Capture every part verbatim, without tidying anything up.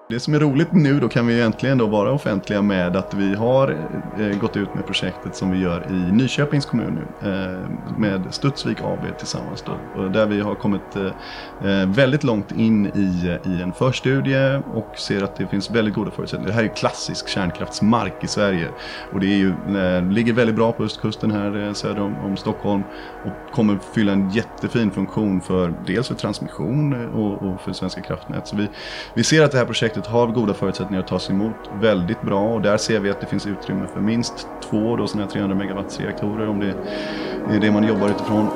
Det som är roligt nu då kan vi egentligen då vara offentliga med att vi har eh, gått ut med projektet som vi gör i Nyköpings kommun nu eh, med Studsvik A B tillsammans då. Och där vi har kommit eh, väldigt långt in i, i en förstudie och ser att det finns väldigt goda förutsättningar. Det här är ju klassisk kärnkraftsmark i Sverige och det är ju, eh, ligger väldigt bra på östkusten här eh, söder om, om Stockholm och kommer fylla en jättefin funktion för dels för transmission och, och för Svenska kraftnät. Så vi, vi ser att det här projektet har goda förutsättningar att tas emot väldigt bra och där ser vi att det finns utrymme för minst två då sådana här trehundra megawatts reaktorer om det är det man jobbar utifrån.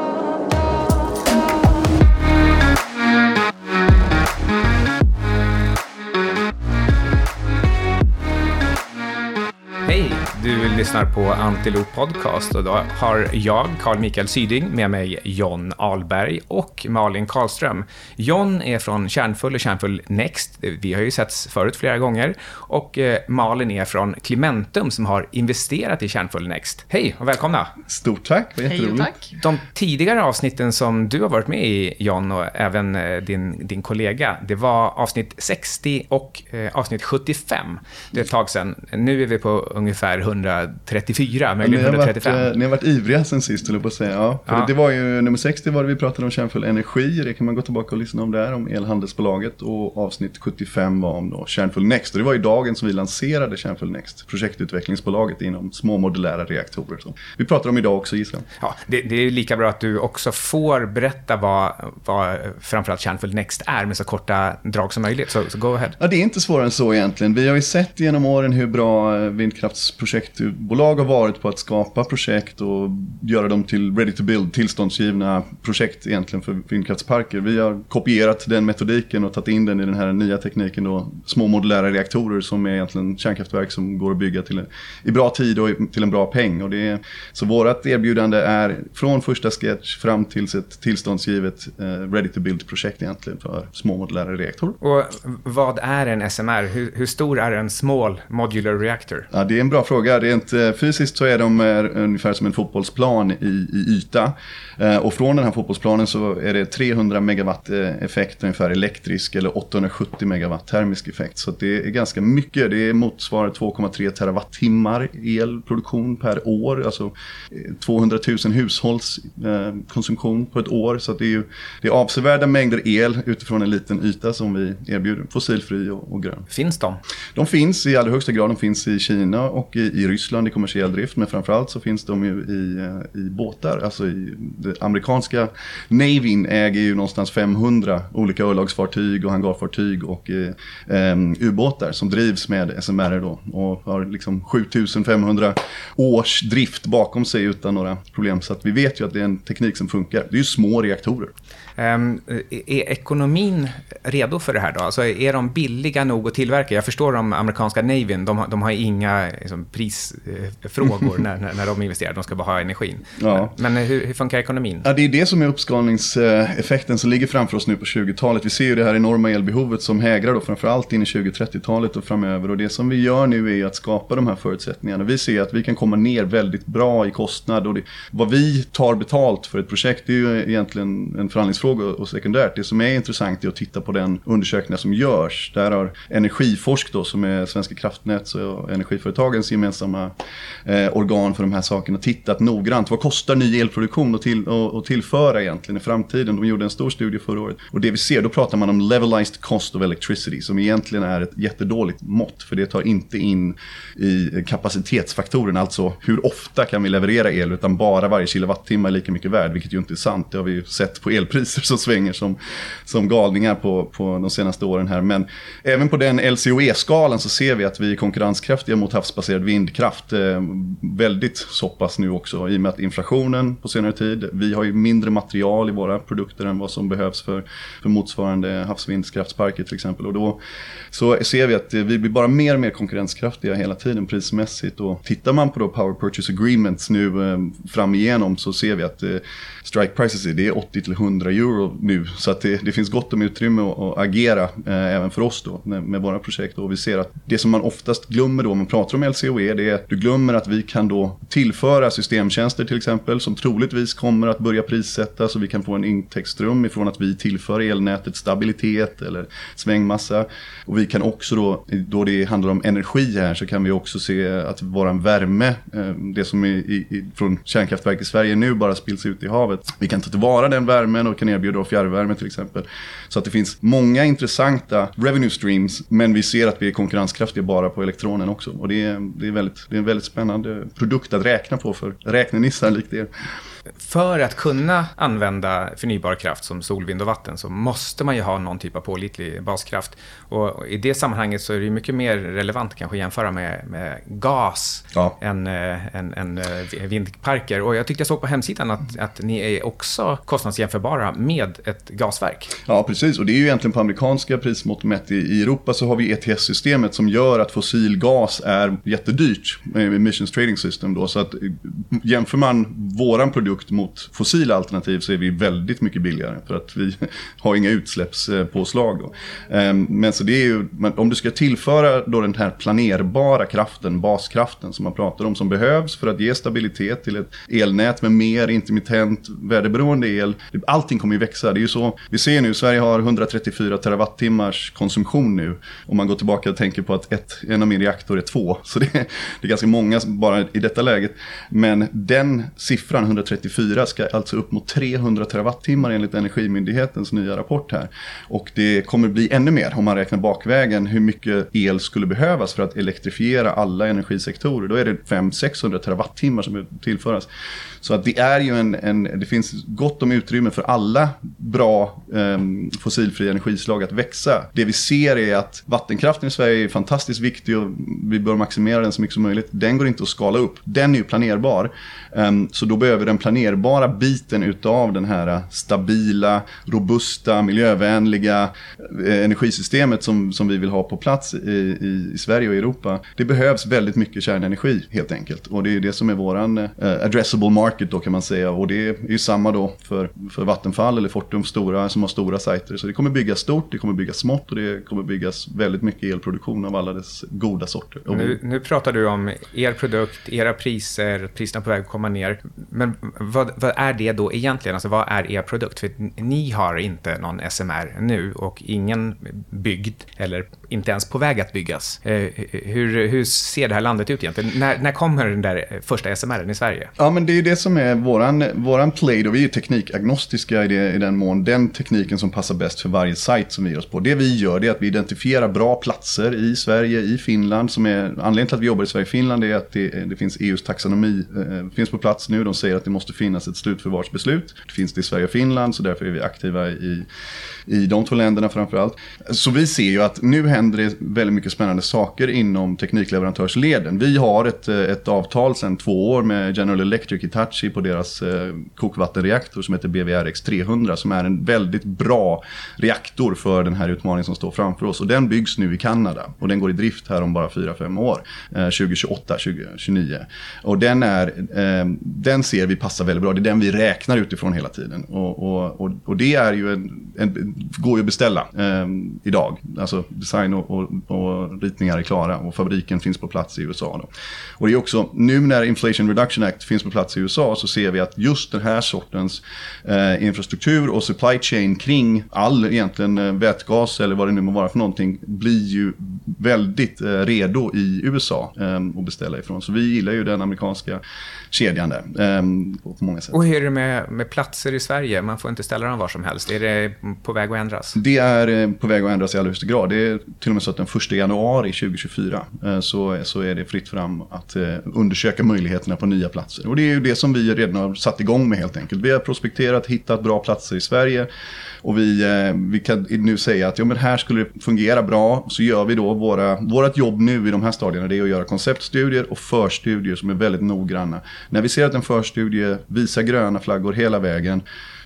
Hej, du lyssnar på Antiloop Podcast och då har jag, Carl Mikael Syding, med mig John Ahlberg och Malin Karlström. John är från Kärnfull och Kärnfull Next, vi har ju setts förut flera gånger, och Malin är från Clementum som har investerat i Kärnfull Next. Hej och välkomna! Stort tack, vad jätteroligt. Hej och tack. De tidigare avsnitten som du har varit med i, John, och även din, din kollega, det var avsnitt sextio och eh, avsnitt sjuttiofem. Det är ett tag sedan. Nu är vi på ungefär etthundratrettiofyra, möjligen etthundratrettiofem. Ni har varit, ni har varit ivriga sen sist, eller på att säga. Ja, för ja. Det var ju nummer sextio var det vi pratade om Kärnfull Energi. Det kan man gå tillbaka och lyssna om där, om elhandelsbolaget. Och avsnitt sjuttiofem var om då Kärnfull Next. Och det var ju dagen som vi lanserade Kärnfull Next, projektutvecklingsbolaget inom små modulära reaktorer. Så vi pratar om idag också, gisslan. Ja, det, det är lika bra att du också får berätta vad, vad framförallt Kärnfull Next är med så korta drag som möjligt. Så, så go ahead. Ja, det är inte svårare än så egentligen. Vi har ju sett genom åren hur bra vindkraftsprojektbolag har varit på att skapa projekt och göra dem till ready to build, tillståndsgivna projekt egentligen för vindkraftsparker. Vi har kopierat den metodiken och tagit in den i den här nya tekniken då, små modulära reaktorer som är egentligen kärnkraftverk som går att bygga till en, i bra tid och till en bra peng. Och det är, så vårt erbjudande är från första sketch fram till ett tillståndsgivet eh, ready to build projekt egentligen för små modulära reaktorer. Och vad är en S M R? Hur, hur stor är en small modular reactor? Ja, det är en bra fråga. Rent eh, fysiskt så är de är ungefär som en fotbollsplan i, i yta. Eh, och från den här fotbollsplanen så är det trehundra megawatt eh, effekt ungefär elektrisk eller åttahundrasjuttio megawatt termisk effekt. Så det är ganska mycket. Det motsvarar två komma tre terawattimmar elproduktion per år. Alltså eh, tvåhundratusen hushålls eh, konsumtion på ett år. Så det är ju det är avsevärda mängder el utifrån en liten yta som vi erbjuder. Fossilfri och, och grön. Finns de? De finns i allra högsta grad. De finns i Kina och i, i Ryssland i kommersiell drift, men framförallt så finns de ju i, i båtar, alltså i det amerikanska Navyn äger ju någonstans femhundra olika örlogsfartyg och hangarfartyg och eh, ubåtar som drivs med S M R då och har liksom sjutusen femhundra års drift bakom sig utan några problem, så att vi vet ju att det är en teknik som funkar. Det är ju små reaktorer. Um, är ekonomin redo för det här då? Alltså är de billiga nog att tillverka? Jag förstår de amerikanska Navyn, de, de har inga liksom, prisfrågor när, när, när de investerar, de ska bara ha energin. Ja. Men, men hur, hur funkar ekonomin? Ja, det är det som är uppskalningseffekten som ligger framför oss nu på tjugotalet. Vi ser ju det här enorma elbehovet som hägrar då framförallt in i tjugo-trettiotalet och framöver, och det som vi gör nu är att skapa de här förutsättningarna. Vi ser att vi kan komma ner väldigt bra i kostnad, och det, vad vi tar betalt för ett projekt är ju egentligen en förhandlingsfråga och sekundärt. Det som är intressant är att titta på den undersökning som görs. Där har Energiforsk då, som är Svenska kraftnät och energiföretagens gemensamma eh, organ för de här sakerna, tittat noggrant. Vad kostar ny elproduktion att till, och, och tillföra egentligen i framtiden? De gjorde en stor studie förra året. Och det vi ser, då pratar man om levelized cost of electricity, som egentligen är ett jättedåligt mått, för det tar inte in i kapacitetsfaktoren, alltså hur ofta kan vi leverera el, utan bara varje kilowattimme är lika mycket värd, vilket ju inte är sant. Det har vi ju sett på elpriser som svänger som, som galningar på, på de senaste åren här. Men även på den L C O E-skalan så ser vi att vi är konkurrenskraftiga mot havsbaserad vindkraft. Eh, väldigt så pass nu också, i och med att inflationen på senare tid, vi har ju mindre material i våra produkter än vad som behövs för, för motsvarande havsvindskraftsparker till exempel. Och då så ser vi att vi blir bara mer och mer konkurrenskraftiga hela tiden prismässigt. Och tittar man på då Power Purchase Agreements nu eh, fram igenom, så ser vi att eh, strike prices är, det är åttio till hundra euro nu. Så att det, det finns gott om utrymme att, att agera eh, även för oss då med, med våra projekt. Och vi ser att det som man oftast glömmer då, om man pratar om L C O E, det är Du glömmer att vi kan då tillföra systemtjänster till exempel som troligtvis kommer att börja prissättas, så vi kan få en intäktsström ifrån att vi tillför elnätet stabilitet eller svängmassa. Och vi kan också då, då det handlar om energi här, så kan vi också se att våran värme, det som är i, från kärnkraftverk i Sverige nu bara spills ut i havet. Vi kan ta tillvara den värmen och kan erbjuda fjärrvärme till exempel. Så att det finns många intressanta revenue streams, men vi ser att vi är konkurrenskraftiga bara på elektronen också. Och det är, det är, väldigt, det är en väldigt spännande produkt att räkna på för räknenissar likt er. För att kunna använda förnybar kraft som sol, vind och vatten så måste man ju ha någon typ av pålitlig baskraft. Och i det sammanhanget så är det ju mycket mer relevant kanske att jämföra med, med gas ja. än, än, än vindparker. Och jag tyckte jag såg på hemsidan att, att ni är också kostnadsjämförbara med ett gasverk. Ja, precis. Och det är ju egentligen på amerikanska prismått mätt. I Europa så har vi E T S-systemet som gör att fossilgas är jättedyrt med Emissions Trading System då. Så att jämför man våran produkt mot fossila alternativ så är vi väldigt mycket billigare för att vi har inga utsläppspåslag då. Men så det är ju, om du ska tillföra då den här planerbara kraften, baskraften som man pratar om, som behövs för att ge stabilitet till ett elnät med mer intermittent väderberoende el, allting kommer ju växa. Det är ju så, vi ser nu, Sverige har hundratrettiofyra terawattimmars konsumtion nu. Om man går tillbaka och tänker på att ett, en av min reaktor är två, så det, det är ganska många bara i detta läget. Men den siffran, hundratrettiofyra, ska alltså upp mot trehundra terawattimmar enligt Energimyndighetens nya rapport här. Och det kommer bli ännu mer om man räknar bakvägen hur mycket el skulle behövas för att elektrifiera alla energisektorer. Då är det fem till sexhundra terawattimmar som tillföras. Så att det är ju en, en, det finns gott om utrymme för alla bra eh, fossilfria energislag att växa. Det vi ser är att vattenkraften i Sverige är fantastiskt viktig och vi bör maximera den så mycket som möjligt. Den går inte att skala upp. Den är ju planerbar. Um, så då behöver den planerbara biten utav den här stabila, robusta, miljövänliga eh, energisystemet som, som vi vill ha på plats i, i, i Sverige och Europa. Det behövs väldigt mycket kärnenergi helt enkelt. Och det är det som är våran eh, addressable market då kan man säga. Och det är ju samma då för, för Vattenfall eller Fortum stora, som har stora sajter. Så det kommer byggas stort, det kommer byggas smått och det kommer byggas väldigt mycket elproduktion av alla dess goda sorter. Nu, nu pratar du om er produkt, era priser, priserna på väg att komma ner. Men vad, vad är det då egentligen? Alltså vad är er produkt? För ni har inte någon S M R nu och ingen byggd eller inte ens på väg att byggas. Eh, hur, hur ser det här landet ut egentligen? När, när kommer den där första S M R i Sverige? Ja, men det är ju det som är våran, våran play då. Vi är teknikagnostiska i, det, i den mån. Den tekniken som passar bäst för varje sajt som vi ger oss på. Det vi gör det är att vi identifierar bra platser i Sverige, i Finland. Som är, anledningen till att vi jobbar i Sverige och Finland är att det, det finns E U:s taxonomi eh, finns på plats nu. De säger att det måste finnas ett slutförvarsbeslut. Det finns det i Sverige och Finland, så därför är vi aktiva i, i de två länderna framförallt. Så vi ser ju att nu händer det väldigt mycket spännande saker inom teknikleverantörsleden. Vi har ett, ett avtal sedan två år med General Electric Hitachi på deras eh, kokvattenreaktor som heter B V R X trehundra, som är en väldigt bra reaktor för den här utmaningen som står framför oss. Och den byggs nu i Kanada och den går i drift här om bara fyra fem år, eh, tjugo tjugoåtta tjugo tjugonio. Och den är eh, den ser vi passar väldigt bra. Det är den vi räknar utifrån hela tiden. Och, och, och, och det är ju en, en går ju att beställa eh, idag. Alltså design och, och, och ritningar är klara och fabriken finns på plats i U S A då. Och det är också, nu när Inflation Reduction Act finns på plats i U S A så ser vi att just den här sortens eh, infrastruktur och supply chain kring all egentligen eh, vätgas eller vad det nu må vara för någonting blir ju väldigt eh, redo i U S A eh, att beställa ifrån. Så vi gillar ju den amerikanska kedjan där eh, på många sätt. Och hur är det med, med platser i Sverige? Man får inte ställa dem var som helst. Är det på väg att ändras? Det är eh, på väg att ändras i allra högsta grad. Det är till och med så att den första januari tjugo tjugofyra eh, så, så är det fritt fram att eh, undersöka möjligheterna på nya platser. Och det är ju det som vi redan har satt igång med helt enkelt. Vi har prospekterat, hittat bra platser i Sverige och vi, eh, vi kan nu säga att ja, men här skulle det fungera bra. Så gör vi då våra, vårat jobb nu i de här stadierna, det är att göra konceptstudier och förstudier som är väldigt noggranna. När vi ser att en förstudie visar gröna flaggor hela vägen,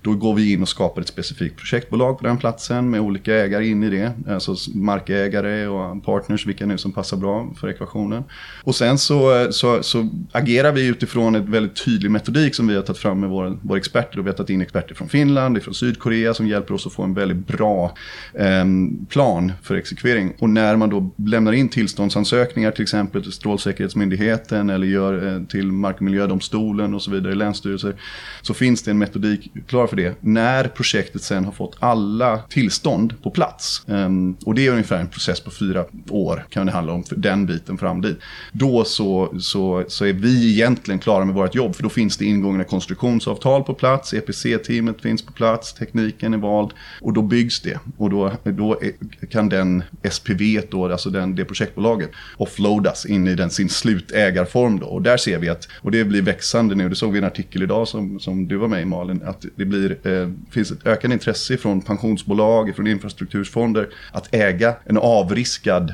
Då går vi in och skapar ett specifikt projektbolag på den platsen med olika ägare in i det. Alltså markägare och partners, vilka nu som passar bra för ekvationen. Och sen så, så, så agerar vi utifrån ett väldigt tydlig metodik som vi har tagit fram med våra, våra experter. Och vi har tagit in experter från Finland, från Sydkorea som hjälper oss att få en väldigt bra eh, plan för exekvering. Och när man då lämnar in tillståndsansökningar till exempel till Strålsäkerhetsmyndigheten eller gör eh, till Mark- och miljödomstolen och så vidare, länsstyrelser, så finns det en metodik klar för det. När projektet sen har fått alla tillstånd på plats, eh, och det är ungefär en process på fyra år kan det handla om för den biten fram dit. Då så, så, så är vi egentligen klara med vårt jobb, för då finns det ingångna konstruktionsavtal på plats, E P C-teamet finns på plats, tekniken är vald och då byggs det. Och då, då är, kan den S P V, då, alltså den, det projektbolaget, offloadas in i den, sin slutägarform då. Och där ser vi att, och det blir växande nu, det såg vi i en artikel idag som, som du var med i Malin, att det blir, eh, finns ett ökande intresse från pensionsbolag, från infrastrukturfonder att äga en avriskad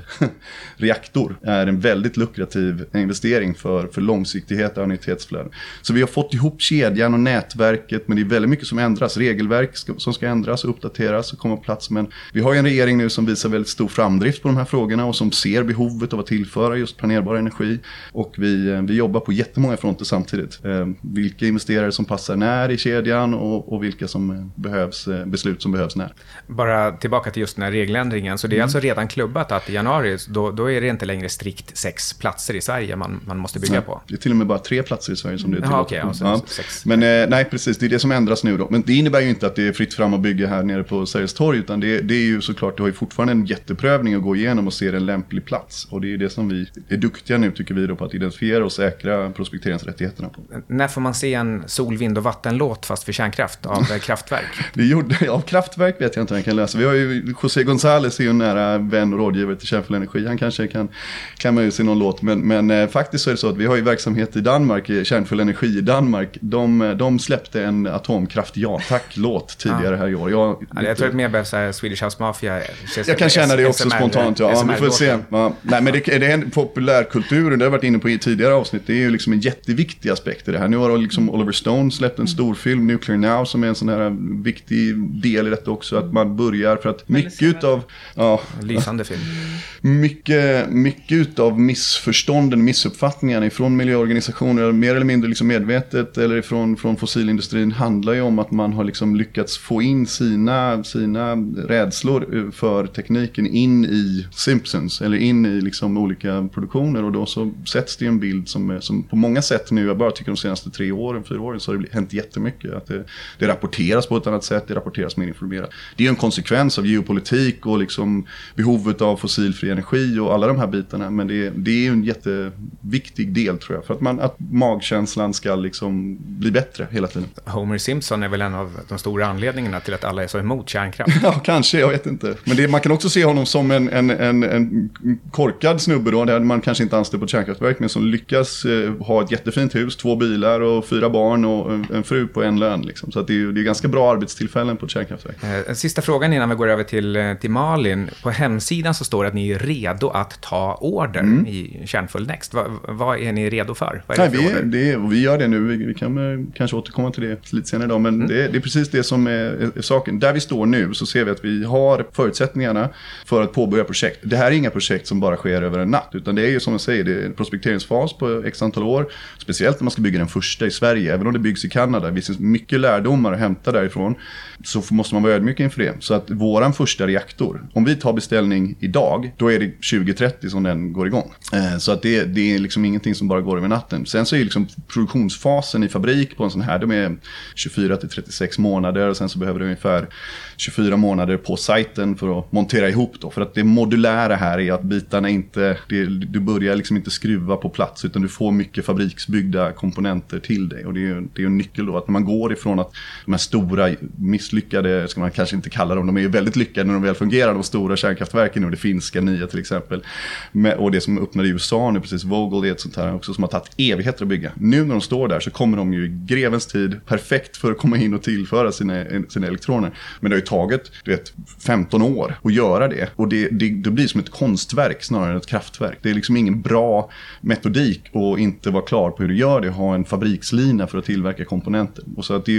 reaktor är en väldigt lukrativ investering för, för långsiktighet och annuitetsflöde. Så vi har fått ihop kedjan och nätverket, men det är väldigt mycket som ändras. Regelverk ska, som ska ändras och uppdateras och komma på plats. Men vi har ju en regering nu som visar väldigt stor framdrift på de här frågorna och som ser behovet av att tillföra just planerbar energi. Och vi, vi jobbar på jättemånga fronter samtidigt. Eh, vilka investerare som passar när i kedjan och, och vilka som behövs, beslut som behövs när. Bara tillbaka till just den här regeländringen. Så det är mm. alltså redan klubbat att i januari, då, då är det inte längre strikt sex platser i Sverige man, man måste bygga nej, på. Det är till och med bara tre platser i Sverige som det är tillåtet. Aha, okay, alltså, ja. sex. Men eh, nej, precis, det är det som ändras nu då. Men det innebär ju inte att det är fritt fram att bygga här nere på Sergels torg, utan det, det är ju såklart, det har ju fortfarande en jätteprövning att gå igenom och se en lämplig plats. Och det är ju det som vi är duktiga nu, tycker vi då, på att identifiera och säkra prospekteringsrättigheterna på. När får man se en sol-, vind- och vattenlåt fast för kärnkraft av kraftverk? Det gjorde, av kraftverk vet jag inte om jag kan läsa. Vi har ju, José González är ju en nära vän och rådgivare till Kärnfull Energi. Han kanske kan klämma ut sig någon låt. Men, men eh, faktiskt så är det så att vi har ju verksamhet i Danmark, Kärnfull Energi i Danmark. De, de släppte en atomkraft ja-tack-låt tidigare här i år. Jag, ja, jag tror att mer behövs så här Swedish House Mafia. Jag kan känna det också S M R, spontant. Ja, ja, vi får se. Ja. Nej, men det, det är en populärkultur, det har jag varit inne på i tidigare avsnitt. Det är ju liksom en jätteviktig aspekt i det här. Nu har liksom Oliver Stone släppt en stor film, Nuclear Now, som är en sån här viktig del i detta också. Att man börjar, för att mycket utav... Ja, lysande film. Mycket, mycket utav missförstånden, missuppfattningarna ifrån miljöorganisationer, mer eller mindre liksom medvetet, eller ifrån från fossilindustrin, handlar ju om att man har liksom lyckats få in sina, sina rädslor för tekniken in i Simpsons, eller in i liksom olika produktioner, och då så sätts det en bild som, som på många sätt nu, jag bara tycker de senaste tre åren, fyra åren, så har det hänt jättemycket. Att det, det rapporteras på ett annat sätt, det rapporteras mer informerat. Det är en konsekvens av geopolitik och liksom behovet av fossilfri energi och alla de här bitarna, men det, det är en jätteviktig del, tror jag, för att, man, att magkänslan ska liksom bli bättre hela tiden. Homer Simpson är väl en av de stora anledningarna till att alla är så emot kärnkraft. Ja, kanske, jag vet inte. Men det, man kan också se honom som en, en, en, en korkad snubbe då, där man kanske inte anställer på ett kärnkraftverk, men som lyckas eh, ha ett jättefint hus, två bilar och fyra barn och en, en fru på en lön. Liksom. Så att det, är, det är ganska bra arbetstillfällen på ett kärnkraftverk. Eh, sista frågan innan vi går över till, till Malin. På hemsidan så står det att ni är redo att ta order mm. i Kärnfull Next. Va, vad är ni redo för? Vad är det Nej, för vi, är, det, vi gör det nu. Vi, vi kan eh, kanske återkomma till det lite senare idag, men mm. det, det är precis det som är, är, är saken. Där vi står nu så ser vi att vi har förutsättningarna för att påbörja projekt. Det här är inga projekt som bara sker över en natt, utan det är ju som jag säger, det är en prospekteringsfas på x antal år, speciellt när man ska bygga den första i Sverige. Även om det byggs i Kanada, det finns mycket lärdomar att hämta därifrån, så måste man vara ödmjuk inför det. Så att våran första reaktor, om vi tar beställning idag, då är det tjugo trettio som den går igång. Eh, så att det, det är liksom ingenting som bara går över natten. Sen så är liksom produktionsfasen i fabrik på en sån här, de är tjugofyra till trettiosex månader, och sen så behöver det ungefär tjugofyra månader på sajten för att montera ihop då. För att det modulära här är att bitarna inte, det, du börjar liksom inte skruva på plats, utan du får mycket fabriksbyggda komponenter till dig. Och det är ju det är en nyckel då, att när man går ifrån att de här stora misslyckade, ska man kanske inte kalla dem, de är ju väldigt lyckade när de väl fungerar, de stora kärnkraftverken, och det finska nya till exempel. Och det som öppnade i U S A nu, precis, Vogtle är ett sånt här också som har tagit evigheter att bygga. Nu när de står där så kommer de ju i grevens tid perfekt för att komma in och tillföra sina, sina elektroner. Men det har ju tagit, du vet, femton år att göra det. Och det, det, det blir som ett konstverk snarare än ett kraftverk. Det är liksom ingen bra metodik att inte vara klar på hur du gör det, ha en fabrikslina för att tillverka komponenter. Och så att det är liksom det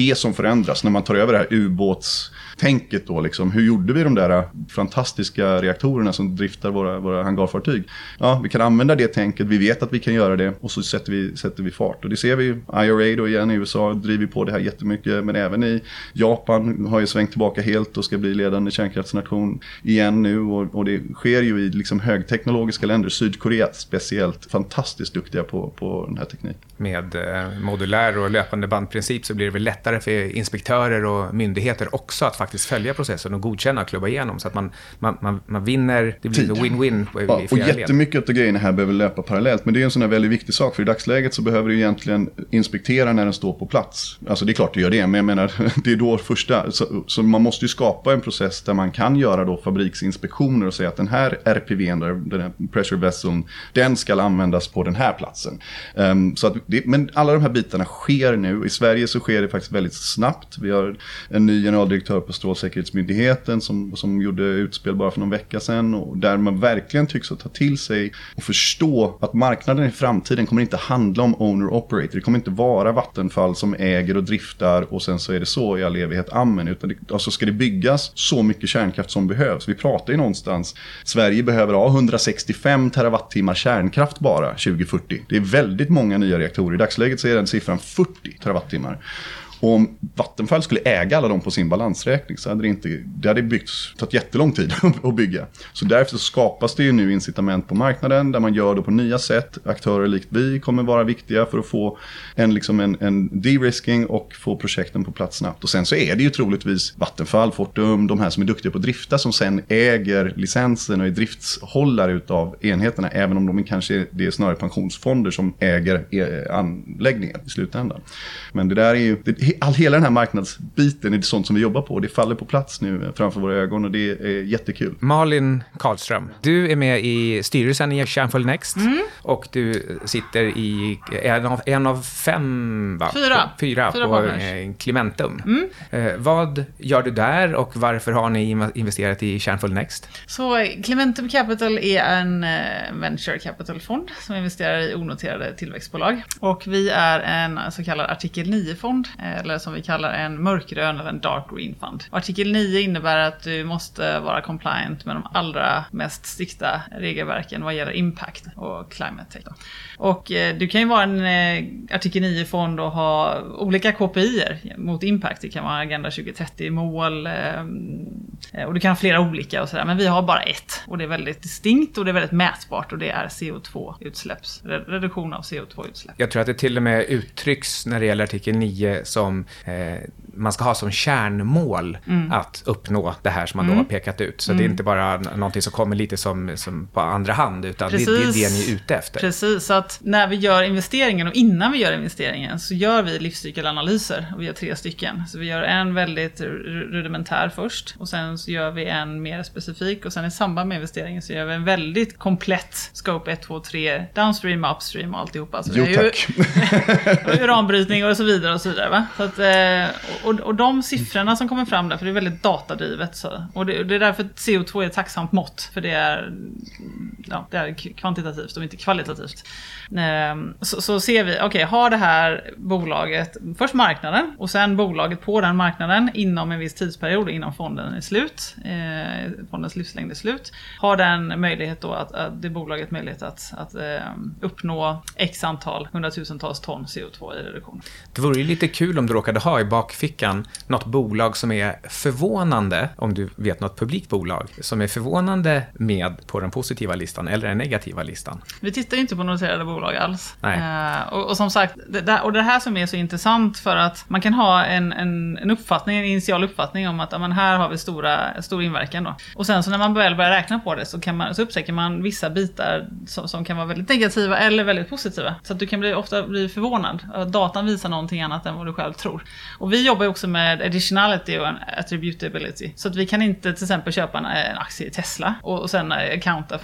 det som förändras när man tar över det här ubåtstänket då liksom. Hur gjorde vi de där fantastiska reaktorerna som driftar våra, våra hangarfartyg? Ja, vi kan använda det tänket, vi vet att vi kan göra det och så sätter vi, sätter vi fart. Och det ser vi, I R A då igen i U S A driver på det här jättemycket, men även i Japan har ju svängt tillbaka helt och ska bli ledande kärnkraftsnation igen nu, och, och det sker ju i liksom högteknologiska länder, Sydkorea speciellt, fantastiskt duktiga på, på den här tekniken. Med eh, modulär och löpande bandprincip så blir det väl lättare för inspektörer och myndigheter också att faktiskt följa processen och godkänna och klubba igenom så att man, man, man, man vinner, det blir win-win på, ja, i flera och jättemycket av grejerna här behöver löpa parallellt, men det är en sån här väldigt viktig sak, för i dagsläget så behöver du egentligen inspektera när den står på plats. Alltså det är klart du gör det, men jag menar det är då första, så, så man måste ju skapa en process där man kan göra då fabriksinspektioner och säga att den här R P V:n, den här pressure vesseln, den ska användas på den här platsen. Um, så att det, men alla de här bitarna sker nu. I Sverige så sker det faktiskt väldigt snabbt. Vi har en ny generaldirektör på Strålsäkerhetsmyndigheten som, som gjorde utspel bara för någon vecka sedan, och där man verkligen tycks att ta till sig och förstå att marknaden i framtiden kommer inte handla om owner-operator. Det kommer inte vara Vattenfall som äger och driftar och sen så är det så i all evighet amen, utan det, alltså ska det byggas så mycket kärnkraft som behövs. Vi pratar ju någonstans, Sverige behöver ha hundrasextiofem terawattimmar kärnkraft bara tjugo fyrtio. Det är väldigt många nya reaktorer. I dagsläget så är den siffran fyrtio terawattimmar. Och om Vattenfall skulle äga alla dem på sin balansräkning så hade det inte, det hade byggts, tagit jättelång tid att bygga. Så därför så skapas det ju nu incitament på marknaden där man gör det på nya sätt. Aktörer likt vi kommer vara viktiga för att få en, liksom en, en de-risking och få projekten på plats snabbt. Och sen så är det ju troligtvis Vattenfall, Fortum, de här som är duktiga på att drifta som sen äger licensen och är driftshållare utav enheterna, även om de kanske det är snarare pensionsfonder som äger anläggningen i slutändan. Men det där är ju, det, all, hela den här marknadsbiten är det sånt som vi jobbar på. Det faller på plats nu framför våra ögon och det är jättekul. Malin Karlström, du är med i styrelsen i Kärnfull Next mm. och du sitter i en av, en av fem, va? Fyra. Fyra, Fyra på eh, Clementum. Mm. Eh, vad gör du där och varför har ni investerat i Kärnfull Next? Så Clementum Capital är en eh, venture capital-fond som investerar i onoterade tillväxtbolag. Och vi är en så kallad artikel nio-fond, eller som vi kallar en mörkgrön eller en dark green fund. Artikel nio innebär att du måste vara compliant med de allra mest strikta regelverken vad gäller impact och climate tech. Och eh, du kan ju vara en eh, artikel nio-fond och ha olika K P I-er mot impact. Det kan vara Agenda tjugo trettio-mål eh, och du kan ha flera olika och sådär. Men vi har bara ett och det är väldigt distinkt och det är väldigt mätbart och det är C O två-utsläpps, reduktion av C O två-utsläpp. Jag tror att det till och med uttrycks när det gäller artikel nio som eh, man ska ha som kärnmål mm. att uppnå det här som man mm. då har pekat ut. Så mm. det är inte bara någonting som kommer lite som, som på andra hand, utan det, det är det ni är ute efter. Precis, så att när vi gör investeringen och innan vi gör investeringen så gör vi livscykelanalyser och vi gör tre stycken. Så vi gör en väldigt rudimentär först och sen så gör vi en mer specifik och sen i samband med investeringen så gör vi en väldigt komplett scope ett, två, tre, downstream, upstream och alltihopa. Så jo, det är tack. Ju uranbrytning och så vidare och så vidare, va? Så att, och, och de siffrorna som kommer fram där, för det är väldigt datadrivet så, och det, det är därför att C O två är ett tacksamt mått, för det är, ja, det är kvantitativt och inte kvalitativt. Så, så ser vi, okej, okay, har det här bolaget först marknaden och sen bolaget på den marknaden inom en viss tidsperiod innan fonden är slut, eh, fondens livslängd är slut, har den möjlighet då att, att det bolaget möjlighet att, att eh, uppnå x antal, hundratusentals ton C O två i reduktion. Det vore ju lite kul om du råkade ha i bakfickan något bolag som är förvånande, om du vet något publikbolag, som är förvånande med på den positiva listan eller den negativa listan. Vi tittar ju inte på noterade bolag alls. Uh, och, och som sagt, det där, och det här som är så intressant för att man kan ha en, en, en uppfattning, en initial uppfattning om att ja, men här har vi stora, stor inverkan då. Och sen så när man väl börjar räkna på det så, kan man, så upptäcker man vissa bitar som, som kan vara väldigt negativa eller väldigt positiva. Så att du kan bli, ofta bli förvånad. Datan visar någonting annat än vad du själv tror. Och vi jobbar ju också med additionality och attributability. Så att vi kan inte till exempel köpa en, en aktie i Tesla och, och sen accounta för Tesla.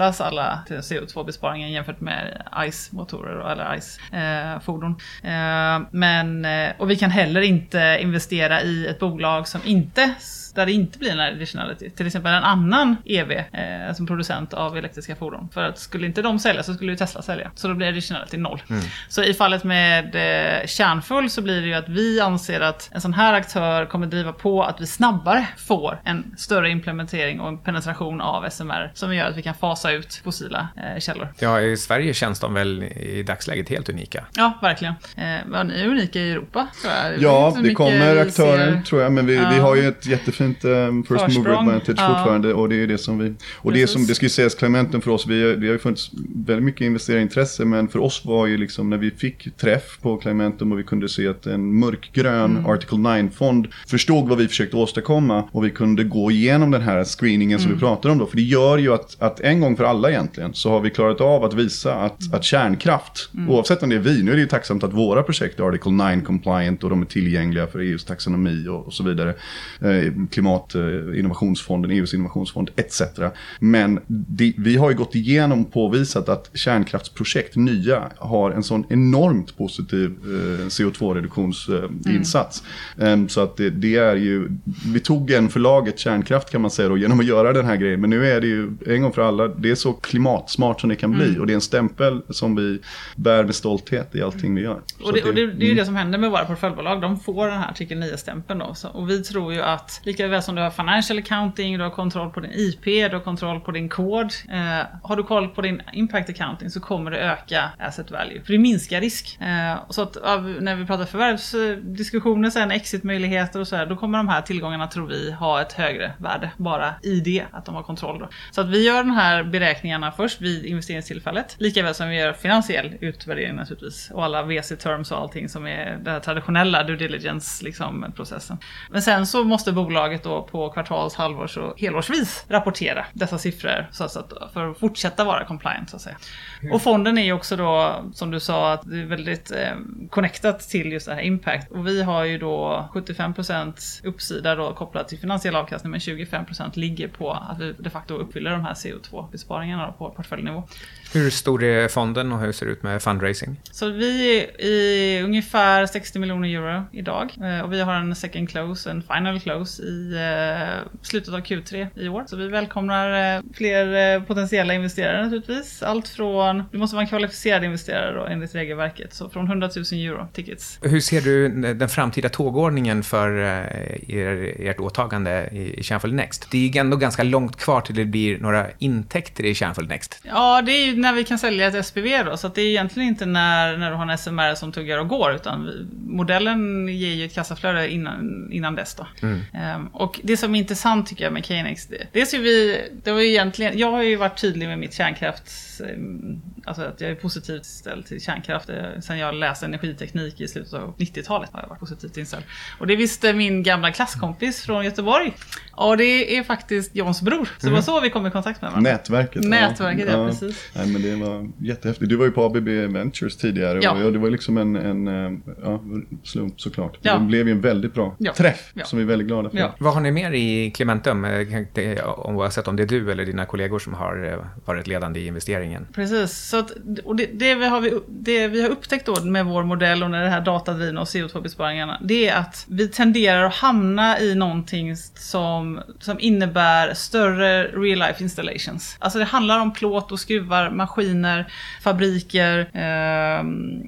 Teslas alla C O två-besparingar jämfört med ICE-motorer eller ICE-fordon. Eh, men, och vi kan heller inte investera i ett bolag som inte, där det inte blir en additionality. Till exempel en annan E V eh, som producent av elektriska fordon. För att skulle inte de sälja så skulle ju Tesla sälja. Så då blir additionality noll. Mm. Så i fallet med eh, Kärnfull så blir det ju att vi anser att en sån här aktör kommer driva på att vi snabbare får en större implementering och en penetration av S M R som gör att vi kan fasa ut fossila eh, källor. Ja, i Sverige känns de väl i dagsläget helt unika. Ja, verkligen. Eh, ja, ni är unika i Europa, tror jag. Det ja, det kommer aktörer, ser... tror jag, men vi, ja. vi har ju ett jättefint um, first Försprång. mover advantage ja. fortfarande, och det är det som vi... Och Precis. det som, det ska ju sägas, Clementen för oss, vi, vi har ju funnits väldigt mycket investeringintresse, men för oss var ju liksom, när vi fick träff på Clementum och vi kunde se att en mörkgrön mm. Article nine-fond förstod vad vi försökte åstadkomma, och vi kunde gå igenom den här screeningen som mm. vi pratade om då, för det gör ju att, att en gång för alla egentligen så har vi klarat av att visa att, mm. att kärnkraft, mm. oavsett om det är vi, nu är det ju tacksamt att våra projekt är Article nine compliant och de är tillgängliga för E U:s taxonomi och, och så vidare, eh, klimat, eh, innovationsfonden, E U:s innovationsfond et cetera. Men det, vi har ju gått igenom påvisat att kärnkraftsprojekt, nya, har en sån enormt positiv eh, C O två-reduktionsinsats. Eh, mm. um, så att det, det är ju, vi tog en för laget kärnkraft kan man säga då, genom att göra den här grejen, men nu är det ju en gång för alla, det är så klimatsmart som det kan bli, mm. och det är en stämpel som vi bär med stolthet i allting vi gör. Så och det, det, och det, det är ju mm. det som händer med våra portföljbolag, de får den här artikel nio-stämpeln då, så, och vi tror ju att lika väl som du har financial accounting, du har kontroll på din I P, du har kontroll på din kod, eh, har du koll på din impact accounting så kommer det öka asset value, för det minskar risk. Eh, så att av, när vi pratar förvärvsdiskussioner sen, exitmöjligheter och så här, då kommer de här tillgångarna, tror vi, ha ett högre värde bara i det, att de har kontroll då. Så att vi gör den här beräkningarna först vid investeringstillfället, lika väl som vi gör finansiell utvärdering naturligtvis, och alla V C-terms och allting som är den traditionella due diligence liksom, processen. Men sen så måste bolaget då på kvartals-, halvårs- och helårsvis rapportera dessa siffror så att, för att fortsätta vara compliant så att säga. Mm. Och fonden är ju också då, som du sa, att det är väldigt eh, connectat till just det här impact. Och vi har ju då sjuttiofem procent uppsida då kopplat till finansiell avkastning, men tjugofem procent ligger på att vi de facto uppfyller de här C O två-besparingarna på portföljnivå. Hur stor är fonden och hur ser det ut med fundraising? Så vi är i ungefär sextio miljoner euro idag. Och vi har en second close, en final close i eh, slutet av Q tre i år. Så vi välkomnar eh, fler eh, potentiella investerare naturligtvis. Allt från, du måste vara en kvalificerad investerare då, enligt regelverket. Så från hundra tusen euro tickets. Hur ser du den framtida tågordningen för eh, er, ert åtagande i, i Kärnfull Next? Det är ju ändå ganska långt kvar till det blir några intäkter i Kärnfull Next. Ja, det är ju när vi kan sälja ett S P V då. Så att det är egentligen inte när, när du har en S M R som tuggar och går, utan vi, modellen ger ju ett kassaflöde innan, innan dess då. Mm. Um, och det som är intressant tycker jag med K N X, det, dels är vi, det var ju egentligen, jag har ju varit tydlig med mitt kärnkraft, alltså att jag är positivt ställd till kärnkraft sen jag läste energiteknik i slutet av nittiotalet har jag varit positivt inställd. Och det visste min gamla klasskompis från Göteborg. Och det är faktiskt Johns bror. Så mm. det var så vi kom i kontakt med varandra. Nätverket. Nätverket, ja, ja precis. Nej, men det var jättehäftigt. Du var ju på A B B Ventures tidigare. Ja. Och det var liksom en, en ja, slump såklart. Ja. Det blev ju en väldigt bra ja. träff ja. som vi är väldigt glada för. Ja. Vad har ni mer i Clementum? Oavsett om det är du eller dina kollegor som har varit ledande i investeringen. Precis. Så att, och det, det, vi har vi, det vi har upptäckt då med vår modell och när det här datadrivna och C O två-besparingarna, det är att vi tenderar att hamna i någonting som, som innebär större real life installations. Alltså det handlar om plåt och skruvar, maskiner, fabriker, eh,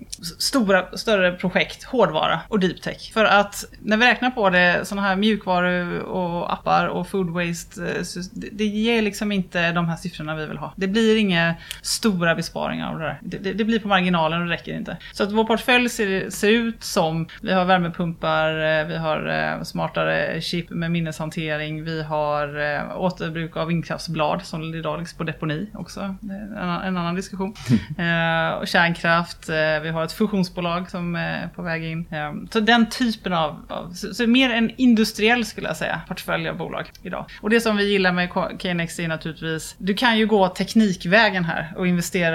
stora, större projekt, hårdvara och deep tech. För att när vi räknar på det, sådana här mjukvaror och appar och food waste, det, det ger liksom inte de här siffrorna vi vill ha. Det blir inga stora besparingar av det där. Det, det, det blir på marginalen och det räcker inte. Så att vår portfölj ser, ser ut som, vi har värmepumpar, vi har smartare chip med minneshantering, vi har återbruk av vindkraftsblad som idag läggs på deponi också. En, en annan diskussion. eh, och kärnkraft, eh, vi har ett fusionsbolag som är på väg in. Eh, så den typen av, av så, så mer en industriell skulle jag säga, portfölj av bolag idag. Och det som vi gillar med K N X är naturligtvis, du kan ju gå teknikvägen här och investera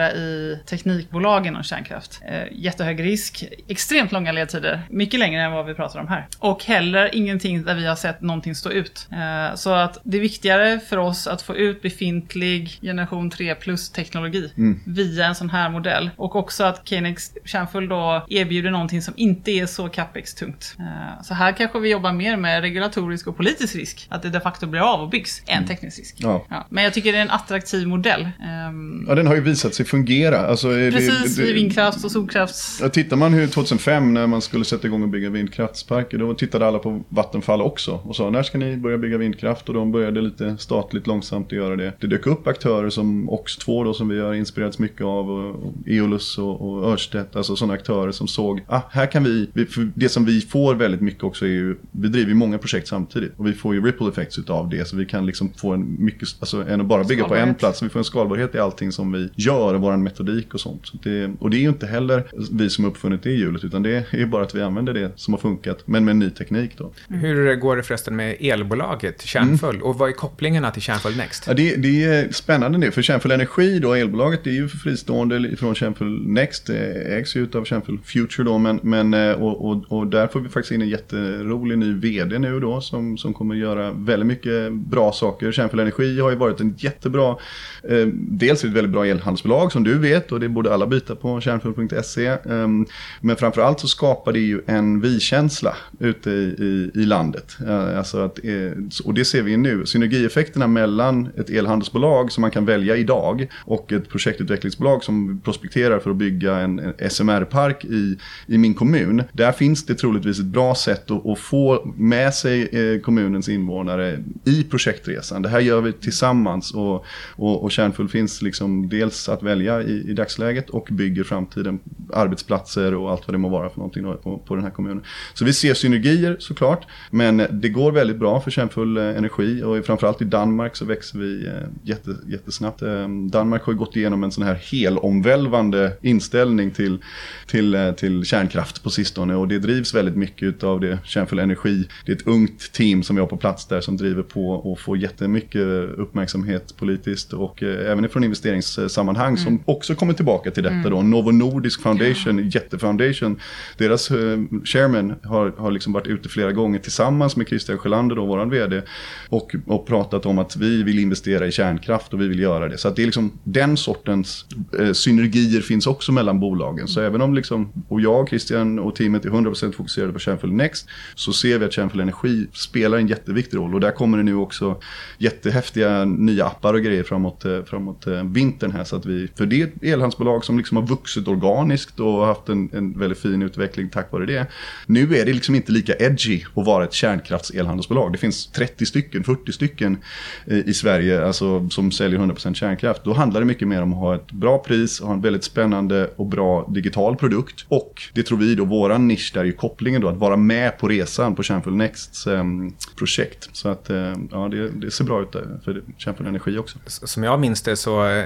investera i teknikbolag inom kärnkraft. Eh, jättehög risk, extremt långa ledtider, mycket längre än vad vi pratar om här. Och heller ingenting där vi har sett någonting stå ut. Eh, så att det är viktigare för oss att få ut befintlig generation tre plus teknologi mm. via en sån här modell. Och också att K-Nex Kärnfull då erbjuder någonting som inte är så capex-tungt. Eh, så här kanske vi jobbar mer med regulatorisk och politisk risk. Att det de facto blir av och byggs än teknisk risk. Ja. Ja. Men jag tycker det är en attraktiv modell. Um, ja, den har ju visat sig fungera. Alltså, precis, det, det, i vindkraft och solkrafts. Ja, tittar man hur tjugohundrafem när man skulle sätta igång och bygga vindkraftsparker, då tittade alla på Vattenfall också och sa, när ska ni börja bygga vindkraft? Och de började lite statligt långsamt att göra det. Det dök upp aktörer som Ox två då, som vi har inspirerats mycket av, och, och Eolus och, och Ørsted, alltså sådana aktörer som såg, ah, här kan vi, vi för det som vi får väldigt mycket också är ju, vi driver ju många projekt samtidigt och vi får ju ripple effects utav det, så vi kan liksom få en mycket, alltså än att bara bygga på en plats, så vi får en skalbarhet i allting som vi gör och vår metodik och sånt. Så det, och det är ju inte heller vi som uppfunnit det hjulet, utan det är ju bara att vi använder det som har funkat, men med en ny teknik då. Mm. Hur går det förresten med elbolaget Kärnfull mm. och vad är kopplingarna till Kärnfull Next? Ja, det, det är spännande det, för Kärnfull Energi då, elbolaget, det är ju fristående från Kärnfull Next, det ägs ju utav Kärnfull Future då, men, men och, och, och där får vi faktiskt in en jätterolig ny vd nu då, som, som kommer göra väldigt mycket bra saker. Kärnfull Energi har ju varit en jättebra, eh, dels ett väldigt bra elhandelsbolag som du vet, och det borde alla byta på kärnfull punkt se, eh, men framförallt så skapar det ju en vi-känsla ute i, i, i landet. Eh, alltså att, eh, och det ser vi nu, synergieffekterna mellan ett elhandelsbolag som man kan välja idag och ett projektutvecklingsbolag som prospekterar för att bygga en, en S M R-park i, i min kommun. Där finns det troligtvis ett bra sätt att, att få med sig eh, kommunens invånare i projektresan. Det här gör vi tillsammans, och, och, och Kärnfull finns liksom dels att välja i, i dagsläget och bygger framtiden arbetsplatser och allt vad det må vara för någonting då, på, på den här kommunen. Så vi ser synergier såklart, men det går väldigt bra för Kärnfull Energi, och framförallt i Danmark så växer vi eh, jätte, jättesnabbt. Eh, Danmark har ju gått igenom en sån här helomvälvande inställning till, till, eh, till kärnkraft på sistone, och det drivs väldigt mycket av det Kärnfull Energi. Det är ett ungt team som vi har på plats där som driver på och får jättemycket uppmärksamhet politiskt och eh, även från investeringssammanhang mm. som också kommer tillbaka till detta mm. då. Novo Nordisk Foundation, ja. Jättefoundation, deras eh, chairman har, har liksom varit ute flera gånger tillsammans med Christian Sjölander då, våran vd, och, och pratat om att vi vill investera i kärnkraft och vi vill göra det. Så att det är liksom den sortens eh, synergier finns också mellan bolagen. Så mm. även om liksom, och jag, Christian och teamet är hundra procent fokuserade på Kärnfull Next, så ser vi att Kärnfull Energi spelar en jätteviktig roll, och där kommer det nu också jättehäftiga nya appar och grejer framåt, framåt vintern här, så att vi, för det är ett elhandelsbolag som liksom har vuxit organiskt och haft en, en väldigt fin utveckling tack vare det. Nu är det liksom inte lika edgy att vara ett kärnkraftselhandelsbolag. Det finns trettio stycken, fyrtio stycken i Sverige alltså, som säljer hundra procent kärnkraft. Då handlar det mycket mer om att ha ett bra pris, ha en väldigt spännande och bra digital produkt, och det tror vi då, våran nisch där är ju kopplingen då, att vara med på resan på Kärnfull Nexts um, projekt. Så att um, ja, det, det ser bra ut där för Kärnfull Energi också. Som jag minns det så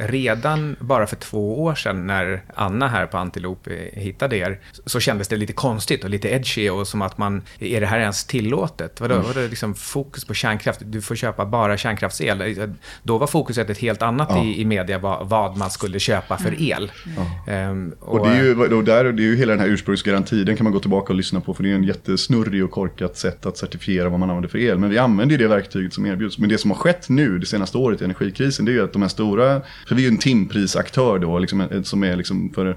redan bara för två år sedan när Anna här på Antiloop hittade er, så kändes det lite konstigt och lite edgy, och som att man, är det här ens tillåtet? Vadå, mm. vadå liksom fokus på kärnkraft? Du får köpa bara kärnkraftsel. Då var fokuset ett helt annat ja. i, i media, vad, vad man skulle köpa för el. Ja. Um, och, och det är ju och där, det är ju hela den här ursprungsgarantin, den kan man gå tillbaka och lyssna på, för det är en jättesnurrig och korkat sätt att certifiera vad man använder för el. Men vi använder ju det verktyget som erbjuds. Men det som har skett nu det senaste året i energikrisen, det är ju att de här stora, för vi är ju en timprisaktör då, liksom, som är liksom för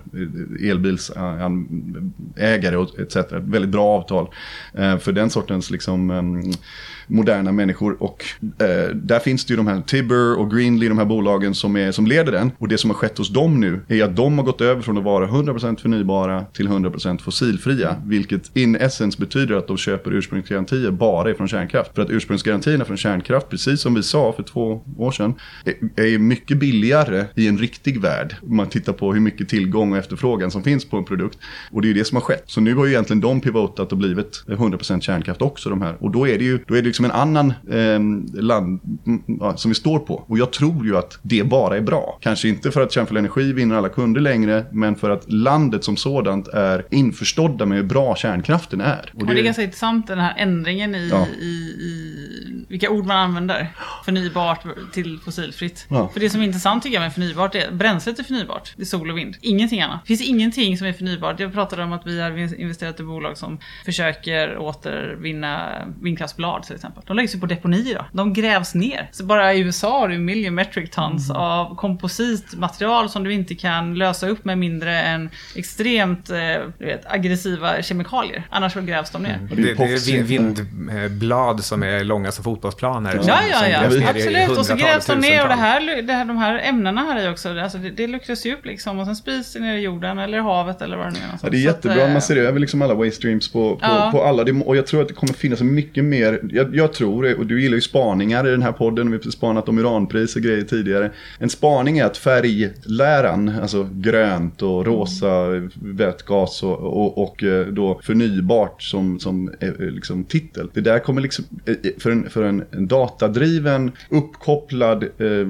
elbilsägare och et cetera. Ett väldigt bra avtal eh, för den sortens liksom um, moderna människor, och eh, där finns det ju de här Tibber och Greenly, de här bolagen som, är, som leder den, och det som har skett hos dem nu är att de har gått över från att vara hundra procent förnybara till hundra procent fossilfria, mm. vilket in essence betyder att de köper ursprungsgarantier bara ifrån kärnkraft, för att ursprungsgarantierna från kärnkraft, precis som vi sa för två år sedan, är, är mycket billigare i en riktig värld om man tittar på hur mycket tillgång och efterfrågan som finns på en produkt, och det är ju det som har skett. Så nu har ju egentligen de pivotat och blivit hundra procent kärnkraft också, de här, och då är det ju, då är det liksom en annan eh, land ja, som vi står på. Och jag tror ju att det bara är bra. Kanske inte för att Kärnfull Energi vinner alla kunder längre, men för att landet som sådant är införstådda med hur bra kärnkraften är. Och det, och det är ganska intressant den här ändringen i, ja. i, i vilka ord man använder. Förnybart till fossilfritt. Ja. För det som är intressant tycker jag med förnybart är bränslet är förnybart. Det är sol och vind. Ingenting annat. Det finns ingenting som är förnybart. Jag pratade om att vi har investerat i bolag som försöker återvinna vindkraftsblad till exempel. De läggs ju på deponi då. De grävs ner. Så bara i U S A har du million metric tons mm. av kompositmaterial som du inte kan lösa upp med mindre än extremt eh, du vet, aggressiva kemikalier. Annars så grävs de ner. Mm. Det, det är vindblad som är långa som fotbollsplaner. Ja, ja, ja. ja. Absolut. Och så grävs de ner och det här, det här, de här ämnena här är också, alltså det, det luckras ju upp liksom och sen sprids det ner i jorden eller havet eller vad det nu är. Ja, det är så jättebra att man ser över liksom alla waste streams på, på, ja. på alla. Det, och jag tror att det kommer finnas mycket mer. Jag, jag tror, och du gillar ju spaningar i den här podden, vi har spanat om uranpris och grejer tidigare. En spaning är att färgläran, alltså grönt och rosa vätgas och, och, och då förnybart som, som liksom titel. Det där kommer liksom för en, för en, en datadriven uppkopplad eh,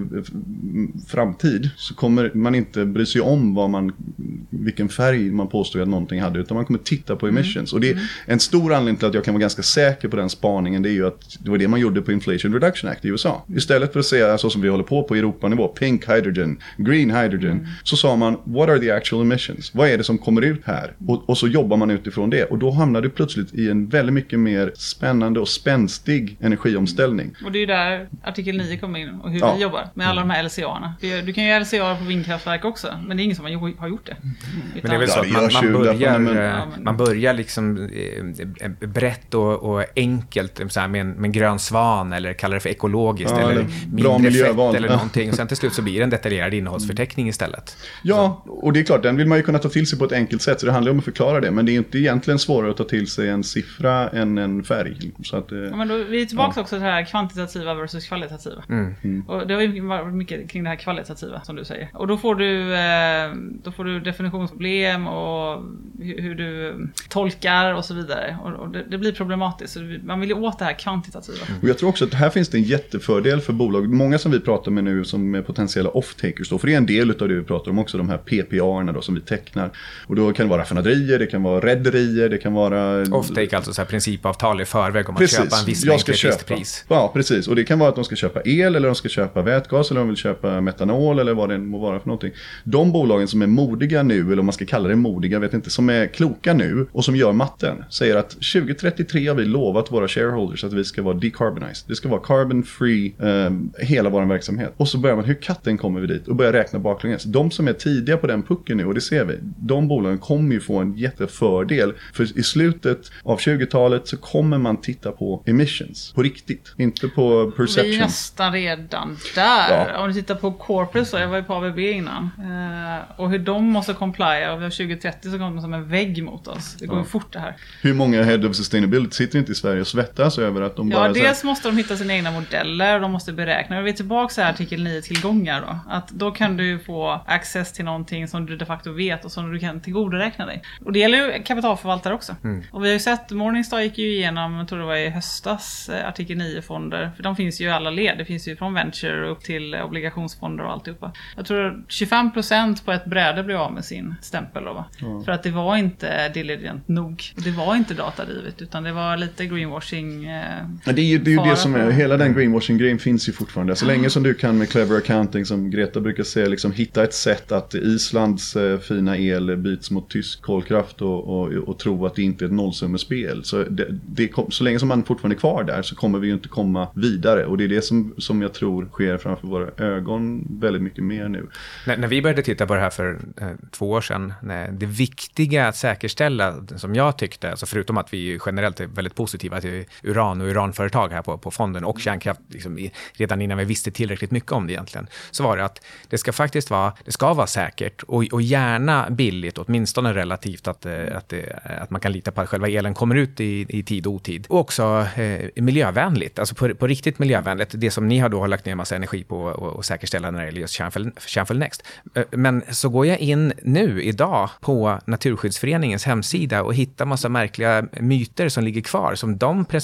framtid så kommer man inte bry sig om vad man, vilken färg man påstår att någonting hade, utan man kommer titta på emissions. Mm. Och det är en stor anledning till att jag kan vara ganska säker på den spaningen, det är ju att det var det man gjorde på Inflation Reduction Act i U S A. Istället för att säga så som vi håller på på Europanivå, pink hydrogen, green hydrogen, mm. så sa man, what are the actual emissions? Vad är det som kommer ut här? Och, och så jobbar man utifrån det. Och då hamnar du plötsligt i en väldigt mycket mer spännande och spänstig energiomställning. Och det är ju där artikel nio kommer in och hur ja. vi jobbar med alla de här L C A-erna. Du kan ju L C A på vindkraftverk också, men det är ingen som har gjort det. Mm. Men det är väl så att man, man, börjar, men... man börjar liksom eh, brett och, och enkelt så här, med, en, med en grön svan eller kallar det för ekologiskt ja, eller, eller mindre fett eller någonting. Och sen till slut så blir det en detaljerad innehållsförteckning istället. Ja, så. Och det är klart, den vill man ju kunna ta till sig på ett enkelt sätt, så det handlar om att förklara det. Men det är inte egentligen svårare att ta till sig en siffra än en färg. Så att, ja, men då, vi är tillbaka ja. också till det här kvantitativa versus kvalitativa. Mm. Mm. Och det har varit mycket kring det här kvalitativa som du säger. Och då får du, eh, då får du definitionsproblem och hur, hur du tolkar och så vidare. Och, och det, det blir problematiskt. Så man vill ju åt det här kvantitativa. Mm. Och jag tror också att här finns det en jättefördel för bolag. Många som vi pratar med nu som är potentiella off-takers då, för det är en del av det vi pratar om också, de här P P A-erna då som vi tecknar. Och då kan det vara raffinaderier, det kan vara rederier, det kan vara... Off-take, alltså så här principavtal i förväg om precis. att köpa en viss mängd till ett visst pris. Ja, precis. Och det kan vara att de ska köpa el eller de ska köpa vätgas eller de vill köpa metanol eller vad det må vara för någonting. De bolagen som är modiga nu, eller om man ska kalla det modiga, vet inte, som är kloka nu och som gör matten, säger att tjugo trettiotre har vi lovat våra shareholders att vi ska vara decarbonized. Det ska vara carbon free eh, hela vår verksamhet. Och så börjar man, hur katten kommer vi dit? Och börjar räkna baklänges. De som är tidiga på den pucken nu, och det ser vi, de bolagen kommer ju få en jättefördel. För i slutet av tjugotalet så kommer man titta på emissions på riktigt, inte på perception. Vi är nästan redan där. Ja. Om du tittar på corporate, så jag var ju på A B B innan. Eh, och hur de måste complya, och vi har tjugo trettio så kommer de som en vägg mot oss. Det går ju ja. fort det här. Hur många head of sustainability sitter inte i Sverige och svettas över att de ja, bara... Ja, dels så... måste de hitta sina egna modeller och de måste beräkna. Och vi är tillbaka till artikel nio-tillgångar då. Att då kan du få access till någonting som du de facto vet och som du kan tillgodoräkna dig. Och det gäller ju kapitalförvaltare också. Mm. Och vi har ju sett, Morningstar gick ju igenom, jag tror det var i höstas, artikel nio-fonder. För de finns ju i alla led. Det finns ju från venture upp till obligationsfonder och alltihopa. Jag tror tjugofem procent på ett bräde blev av med sin stämpel då, va? Mm. För att det var inte diligent nog. Det var inte datadrivet, utan det var lite greenwashing. Eh, ja, det är ju det, är ju det som är, hela den greenwashing-grejen finns ju fortfarande. Så mm. länge som du kan med clever accounting, som Greta brukar säga, liksom hitta ett sätt att Islands eh, fina el byts mot tysk kolkraft och, och, och tro att det inte är ett nollsummespel. Så, det, det kom, så länge som man fortfarande är kvar där så kommer vi ju inte komma vidare. Och det är det som, som jag tror sker framför våra ögon väldigt mycket mer nu. När, när vi började titta på det här för eh, två år sedan, nej, det viktiga att säkerställa, som jag tyckte, alltså förutom att vi generellt är väldigt positiva till uran och uranföretag här på, på fonden och kärnkraft, liksom, i, redan innan vi visste tillräckligt mycket om det egentligen, så var det att det ska faktiskt vara, det ska vara säkert och, och gärna billigt, åtminstone relativt att, att, att man kan lita på att själva elen kommer ut i, i tid och otid. Och också eh, miljövänligt, alltså på, på riktigt miljövänligt, det som ni har då har lagt ner massa energi på och, och säkerställa när det gäller just Kärnfull, Kärnfull Next. Men så går jag in nu, idag, på Naturskyddsföreningens hemsida och hittar massa märkliga myter som ligger kvar, som de presenterar som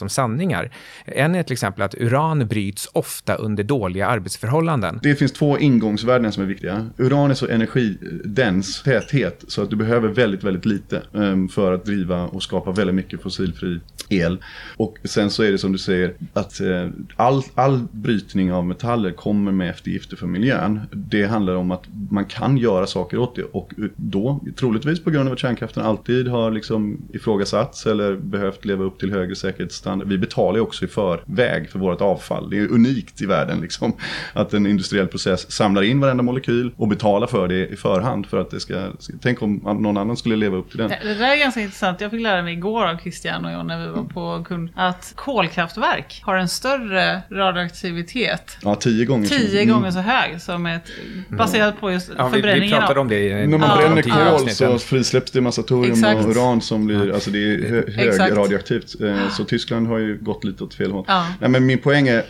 som sanningar. En är till exempel att uran bryts ofta under dåliga arbetsförhållanden. Det finns två ingångsvärden som är viktiga. Uran är så energidens täthet så att du behöver väldigt, väldigt lite um, för att driva och skapa väldigt mycket fossilfri el. Och sen så är det som du säger att uh, all, all brytning av metaller kommer med eftergifter för miljön. Det handlar om att man kan göra saker åt det och då, troligtvis på grund av att kärnkraften alltid har liksom ifrågasatts eller behövt leva upp till högre säkerhetsstandard. Vi betalar ju också i förväg för vårt avfall. Det är unikt i världen liksom, att en industriell process samlar in varenda molekyl och betalar för det i förhand för att det ska, tänk om någon annan skulle leva upp till den. Det där är ganska intressant. Jag fick lära mig igår av Christian och jag när vi var på kund att kolkraftverk har en större radioaktivitet. Ja, tio gånger. Tio mm. gånger så hög som ett, baserat på just ja, förbränningen. Vi, vi pratade om det i när man ja, bränner ja. kol så frisläpps det massa torium Exakt. och uran som blir, alltså det är hö- hög Exakt. radioaktivt. Så Tyskland har ju gått lite åt fel håll. Ja. Nej, men min poäng är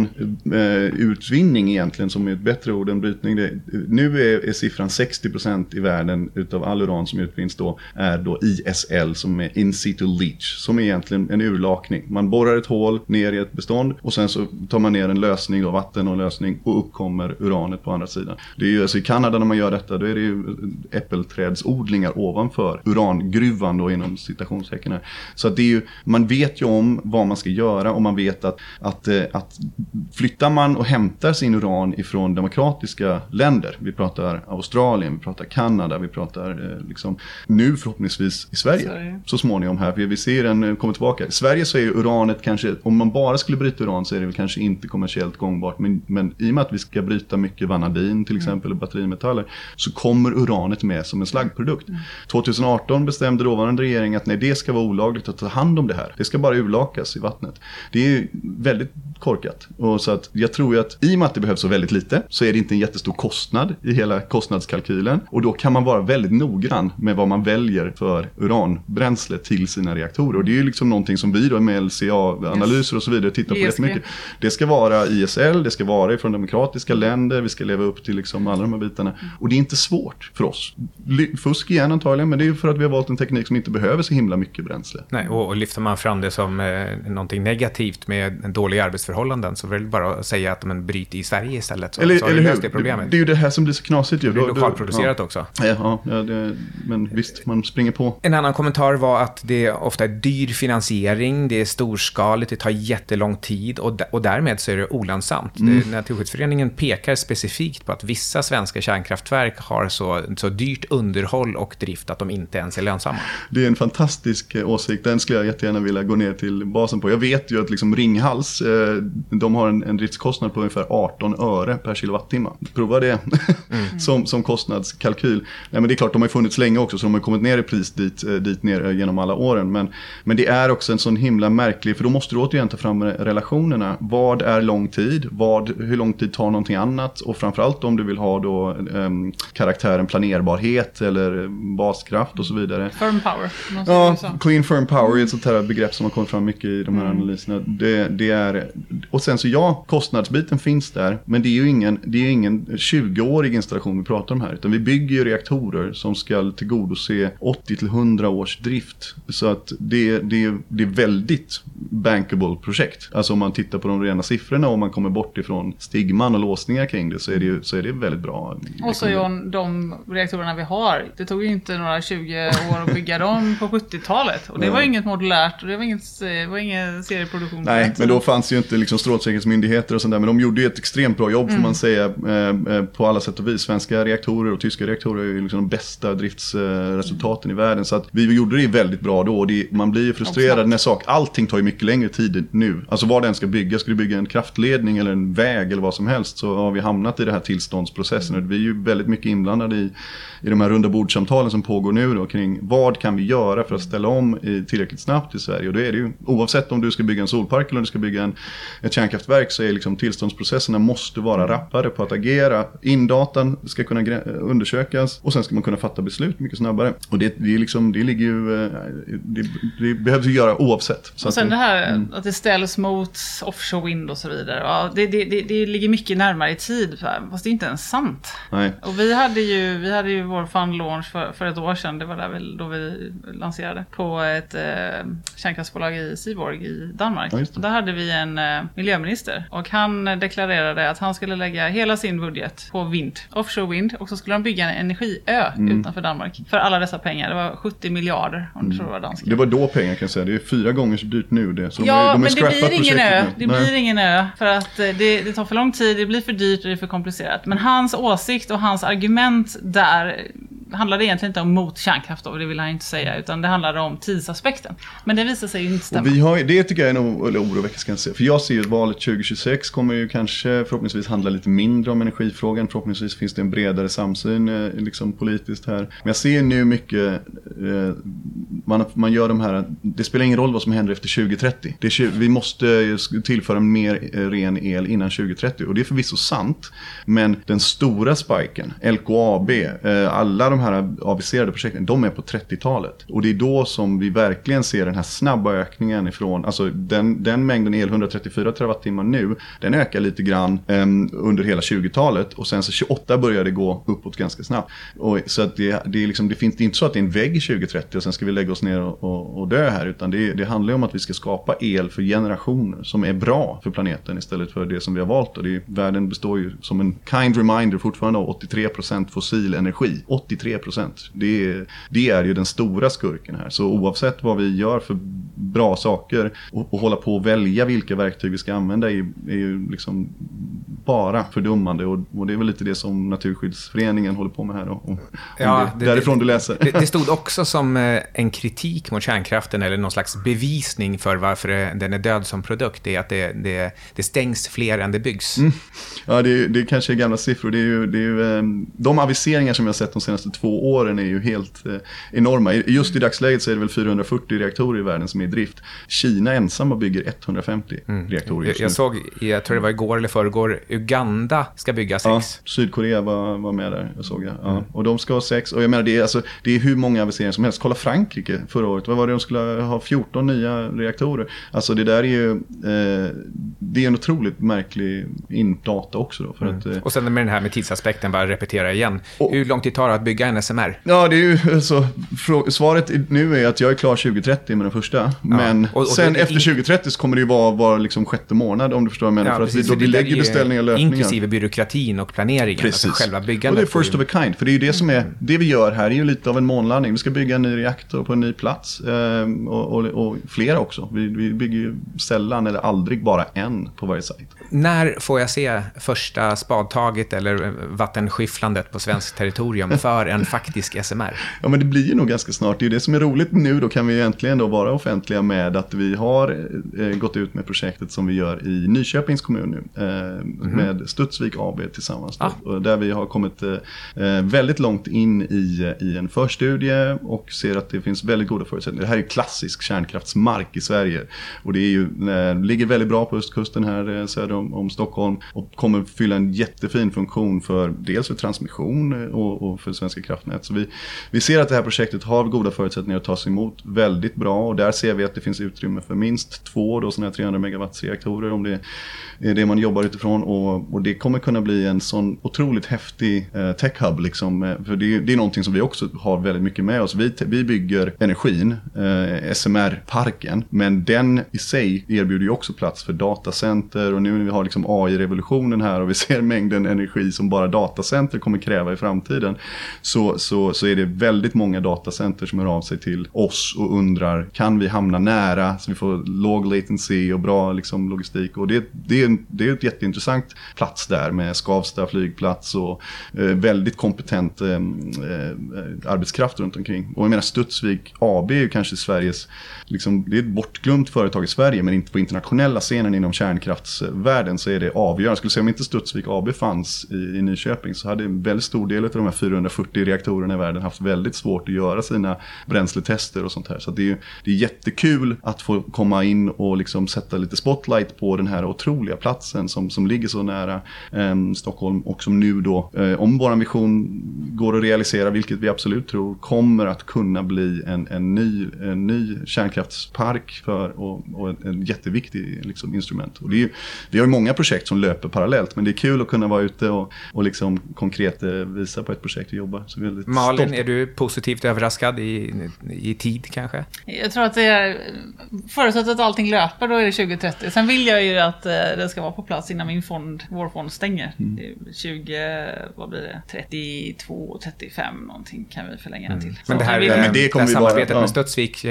uranutvinning egentligen, som är ett bättre ord än brytning. Det, nu är, är siffran sextio procent i världen utav all uran som utvinns då är då I S L, som är in situ leach, som är egentligen en urlakning. Man borrar ett hål ner i ett bestånd och sen så tar man ner en lösning då, vatten och lösning, och uppkommer uranet på andra sidan. Det är ju, alltså i Kanada när man gör detta, då är det ju äppelträdsodlingar ovanför urangruvan då inom citationstecken här. Så att det är ju, man vet ju om vad man ska göra och man vet att, att, att flyttar man och hämtar sin uran ifrån demokratiska länder, vi pratar Australien, vi pratar Kanada, vi pratar liksom nu förhoppningsvis i Sverige, Sverige. Så småningom här, för vi ser den komma tillbaka. I Sverige så är ju uranet kanske, om man bara skulle bryta uran så är det väl kanske inte kommersiellt gångbart, men, men i och med att vi ska bryta mycket vanadin till exempel, mm. batterimetaller, så kommer uranet med som en slaggprodukt. Mm. tjugo arton bestämde dåvarande regering att nej, det ska vara olagligt att ta hand om det här. Det ska bara urlakas i vattnet. Det är ju väldigt korkat. Och så att jag tror ju att i och med att det behövs så väldigt lite så är det inte en jättestor kostnad i hela kostnadskalkylen, och då kan man vara väldigt noggrann med vad man väljer för uranbränsle till sina reaktorer. Och det är ju liksom någonting som vi då med L C A-analyser och så vidare tittar på jättemycket. Det ska vara I S L, det ska vara från demokratiska länder, vi ska leva upp till liksom alla de här bitarna. Och det är inte svårt för oss. Fusk igen antagligen, men det är ju för att vi har valt en teknik som inte behöver så himla mycket bränsle. Nej, och, och lyfter man fram det som eh, någonting negativt med dåliga arbetsförhållanden, så vill bara att säga att man bryter i Sverige istället. Så, eller så eller löst hur? det problemet. Det är ju det här som blir så knasigt ju. Det är då, lokalproducerat då, ja. också. Ja, ja det, men visst, man springer på. En annan kommentar var att det ofta är dyr finansiering, det är storskaligt, det tar jättelång tid och, d- och därmed så är det olönsamt. Mm. Det, Naturskyddsföreningen pekar specifikt på att vissa svenska kärnkraftverk har så, så dyrt underhåll och drift att de inte ens är lönsamma. Det är en fantastisk åsikt, den skulle jag jättegärna vilja gå ner till basen på. Jag vet ju att liksom Ringhals, eh, de har en, en driftskostnad på ungefär arton öre per kilowattimme. Prova det mm. som, som kostnadskalkyl. Nej, men det är klart, de har funnits länge också, så de har kommit ner i pris dit, dit ner genom alla åren. Men, men det är också en sån himla märklig, för då måste du återigen ta fram relationerna. Vad är lång tid? Vad, hur lång tid tar någonting annat? Och framförallt om du vill ha då um, karaktären planerbarhet eller baskraft och så vidare. Firm power. Ja, clean firm power är ett sånt här begrepp som har kommit fram mycket i de här mm. analyserna. Det, det är, och sen så ja, kostnadsbiten finns där, men det är ju ingen, det är ingen tjugo-årig installation vi pratar om här, utan vi bygger ju reaktorer som ska tillgodose åttio till hundra års drift. Så att det, det, det är väldigt bankable projekt. Alltså om man tittar på de rena siffrorna och man kommer bort ifrån stigman och låsningar kring det, så är det, så är det väldigt bra. Och så John, de reaktorerna vi har, det tog ju inte några tjugo år att bygga dem på sjuttiotalet. Och det var ju inget modulärt och det var, inget, det var ingen serieproduktion. Nej, men då fanns ju inte liksom strålsäkerhetsmyndigheter och sånt där, men de gjorde ju ett extremt bra jobb mm. får man säga eh, på alla sätt och vis. Svenska reaktorer och tyska reaktorer är ju liksom de bästa driftsresultaten mm. i världen, så att vi gjorde det väldigt bra då, och det, man blir ju frustrerad när sak, allting tar ju mycket längre tid nu. Alltså vad den ska bygga, ska du bygga en kraftledning eller en väg eller vad som helst, så har vi hamnat i det här tillståndsprocessen mm. och vi är ju väldigt mycket inblandade i, i de här runda bordsamtalen som pågår nu då, kring vad kan vi göra för att ställa om i tillräckligt snabbt i Sverige. Och då är det ju, oavsett om du ska bygga en solpark eller om du ska bygga en, ett kärnkraftverk, så är liksom tillståndsprocesserna måste vara rappare på att agera. Indatan ska kunna gre- undersökas och sen ska man kunna fatta beslut mycket snabbare. Och det, det, är liksom, det ligger ju, det, det behövs ju göra oavsett. Så och sen att, det här mm. att det ställs mot offshore wind och så vidare. Ja, det, det, det, det ligger mycket närmare i tid, fast det är inte ens sant. Nej. Och vi hade ju, vi hade ju vår fund launch för, för ett år sedan, det var där väl då vi lanserade på ett eh, kärnkraftsbolag i Seaborg i Danmark. Ja, och där hade vi en uh, miljöminister och han deklarerade att han skulle lägga hela sin budget på vind, offshore wind, och så skulle de bygga en energiö mm. utanför Danmark för alla dessa pengar. Det var sjuttio miljarder om mm. du tror det var danska. Det var då pengar kan jag säga. Det är fyra gånger så dyrt nu det. Så ja, de är, de är men det blir ingen ö. Det Nej. blir ingen ö för att det, det tar för lång tid, det blir för dyrt och det är för komplicerat. Men hans åsikt och hans argument där handlade egentligen inte om mot kärnkraft då, det vill han inte säga, utan det handlade om tidsaspekten. Men det visar sig ju inte stämma. Och vi har, det tycker jag är nog oroväckande, ska jag säga. För jag ser ju att valet tjugo tjugosex kommer ju kanske förhoppningsvis handla lite mindre om energifrågan. Förhoppningsvis finns det en bredare samsyn eh, liksom politiskt här. Men jag ser nu mycket, eh, man, man gör de här, det spelar ingen roll vad som händer efter tjugo trettio. Det är tjugo, vi måste tillföra mer eh, ren el innan tjugo trettio. Och det är förvisso sant. Men den stora spiken, L K A B, eh, alla de här aviserade projekten, de är på trettiotalet. Och det är då som vi verkligen ser den här snabba ökningen ifrån, alltså den, den mängden el, hundratrettiofyra terawattimmar nu, den ökar lite grann eh, under hela tjugotalet och sen så tjugoåtta börjar det gå uppåt ganska snabbt. Och, så att det, det, är liksom, det, finns, det är inte så att det är en vägg i tjugo trettio och sen ska vi lägga oss ner och, och, och dö här, utan det, det handlar om att vi ska skapa el för generationer som är bra för planeten istället för det som vi har valt. Och det är, världen består ju som en kind reminder fortfarande av åttiotre procent fossil energi. åttiotre procent. Det är, det är ju den stora skurken här. Så oavsett vad vi gör för bra saker och, och hålla på att välja vilka verktyg vi ska använda är, är ju liksom bara fördummande. Och, och det är väl lite det som Naturskyddsföreningen håller på med här. Och, och ja, det, därifrån det, du läser. Det, det stod också som en kritik mot kärnkraften eller någon slags bevisning för varför den är död som produkt. Det är att det, det, det stängs fler än det byggs. Mm. Ja, det, det kanske är gamla siffror. Det är ju, det är ju, de aviseringar som jag har sett de senaste två åren är ju helt eh, enorma. Just i dagsläget så är det väl fyrahundrafyrtio reaktorer i världen som är i drift. Kina ensamma bygger etthundrafemtio mm. reaktorer just nu. Jag såg, jag tror det var igår eller förrgår, Uganda ska bygga sex. Ja, Sydkorea var, var med där, jag såg det. Ja. Mm. Och de ska ha sex. Och jag menar, det är, alltså, det är hur många aviseringar som helst. Kolla Frankrike förra året. Vad var det? De skulle ha fjorton nya reaktorer. Alltså det där är ju eh, det är en otroligt märklig indata också då. För mm. att, eh, och sen med den här med tidsaspekten, bara repetera igen. Och, hur lång tid tar det att bygga en S M R? Ja, det är ju alltså, svaret nu är att jag är klar tjugo trettio med den första. Ja. Men och, och sen det, efter tjugo trettio så kommer det ju vara, vara liksom sjätte månad, om du förstår vad jag menar. Ja, för precis, att vi, då vi lägger beställningar och löpningar. Inklusive byråkratin och planeringen. Precis. Alltså själva byggandet. Och det är first of a kind. För det är ju det som är, det vi gör här är ju lite av en månlandning. Vi ska bygga en ny reaktor på en ny plats. Eh, och, och, och flera också. Vi, vi bygger ju sällan eller aldrig bara en på varje sajt. När får jag se första spadtaget eller vattenskifflandet på svensk territorium för en faktisk S M R? Ja, men det blir ju nog ganska snart. Det är det som är roligt nu. Då kan vi egentligen då vara offentliga med att vi har eh, gått ut med projektet som vi gör i Nyköpings kommun nu. Eh, mm-hmm. Med Studsvik A B tillsammans. Ah. Och där vi har kommit eh, väldigt långt in i, i en förstudie och ser att det finns väldigt goda förutsättningar. Det här är ju klassisk kärnkraftsmark i Sverige. Och det är ju, eh, ligger väldigt bra på östkusten här eh, söder om, om Stockholm. Och kommer fylla en jättefin funktion för dels för transmission och, och för Svenska kraftnät. Så vi, vi ser att det här projektet har goda förutsättningar att ta sig emot väldigt bra. Och där ser vi att det finns utrymme för minst två då, sådana här trehundra megawatts reaktorer om det är det man jobbar utifrån. Och, och det kommer kunna bli en sån otroligt häftig eh, tech-hub. Liksom, för det, det är någonting som vi också har väldigt mycket med oss. Vi, vi bygger energin, eh, S M R-parken. Men den i sig erbjuder ju också plats för datacenter. Och nu när vi har liksom A I-revolutionen här och vi ser mängden energi som bara datacenter kommer kräva i framtiden. Så, så, så är det väldigt många datacenter som hör av sig till oss och undrar, kan vi hamna nära så vi får låg latency och bra liksom, logistik. Och det, det, är, det är ett jätteintressant plats där med Skavsta flygplats och eh, väldigt kompetent eh, eh, arbetskraft runt omkring. Och jag menar Studsvik A B är ju kanske Sveriges, liksom, det är ett bortglömt företag i Sverige, men inte på internationella scenen inom kärnkraftsvärlden så är det avgörande. Jag skulle säga om inte Studsvik A B fanns i, i Nyköping så hade en väldigt stor del av de här fyrahundrafyrtio reaktorerna i världen haft väldigt svårt att göra sina bränsletester och sånt här. Så det är, det är jättekul att få komma in och liksom sätta lite spotlight på den här otroliga platsen som, som ligger så så nära eh, Stockholm och som nu då, eh, om vår vision går att realisera, vilket vi absolut tror, kommer att kunna bli en, en, ny, en ny kärnkraftspark för, och, och en, en jätteviktig liksom, instrument. Och det är ju, vi har ju många projekt som löper parallellt, men det är kul att kunna vara ute och, och liksom konkret eh, visa på ett projekt och jobba. Så väldigt Malin, stolt. är du positivt överraskad i, i tid kanske? Jag tror att det är, förutsatt att allting löper, då är det tjugo trettio. Sen vill jag ju att eh, det ska vara på plats innan min fond, vår fond stänger. Mm. Det är tjugo, vad blir det? trettiotvå, trettiofem någonting kan vi förlänga den till. Men det här, vi, men det kommer det här samarbetet bara, ja. med Studsvik,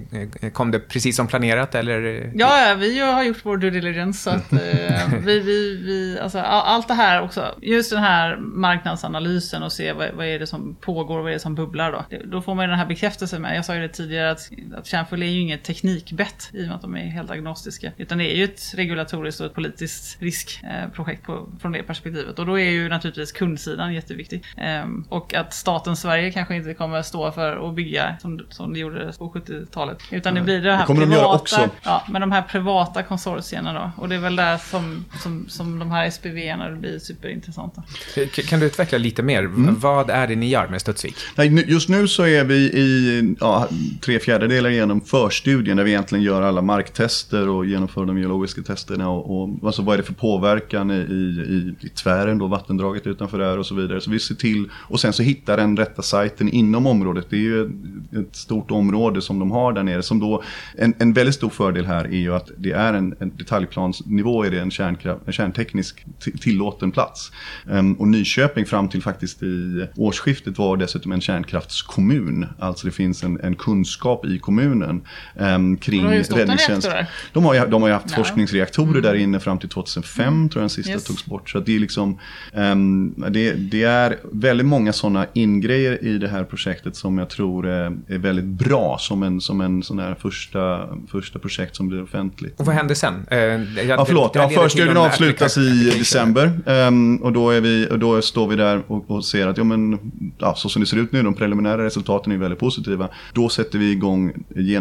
kom det precis som planerat eller? Ja, vi har gjort vår due diligence så att eh, vi, vi, vi, alltså, allt det här också, just den här marknadsanalysen och se vad, vad är det som pågår och vad är det som bubblar då. Då får man den här bekräftelsen med, jag sa ju det tidigare att, att kärnfull är ju inget teknikbett i och med att de är helt agnostiska, utan det är ju ett regulatoriskt och ett politiskt riskprojekt på, från det perspektivet, och då är ju naturligtvis kundsidan jätteviktig. Ehm, och att staten Sverige kanske inte kommer stå för att bygga som, som det gjorde på sjuttiotalet, utan det blir det här det privata, de också. Ja, men de här privata konsortierna då, och det är väl där som, som, som de här S P V-erna blir superintressanta. Kan du utveckla lite mer? Mm. Vad är det ni gör med Studsvik? Nej, just nu så är vi i ja, tre fjärdedelar genom förstudien där vi egentligen gör alla marktester och genomför de geologiska testerna och, och alltså vad är det för påverkan i, i, i tvären då, vattendraget utanför där och så vidare. Så vi ser till, och sen så hittar den rätta sajten inom området. Det är ju ett stort område som de har där nere som då, en, en väldigt stor fördel här är ju att det är en, en detaljplansnivå, är det en, kärnkraft, en kärnteknisk t- tillåten plats. Um, och Nyköping fram till faktiskt i årsskiftet var dessutom en kärnkraftskommun. Alltså det finns en, en kunskap i kommunen um, kring räddningstjänst. De har ju, de har ju haft ja. forskningsreaktorer mm. där inne fram till tjugohundrafem mm. tror jag den sista yes. togs bort. Så att det är liksom um, det, det är väldigt många sådana ingrejer i det här projektet som jag tror är, är väldigt bra som en, som en sån här första, första projekt som blir offentligt. Och vad händer sen? Uh, jag, ja, förlåt. Ja, förstudien avslutas i december um, och, då är vi, och då står vi där och, och ser att ja, men, ja, så som det ser ut nu, de preliminära resultaten är väldigt positiva. Då sätter vi igång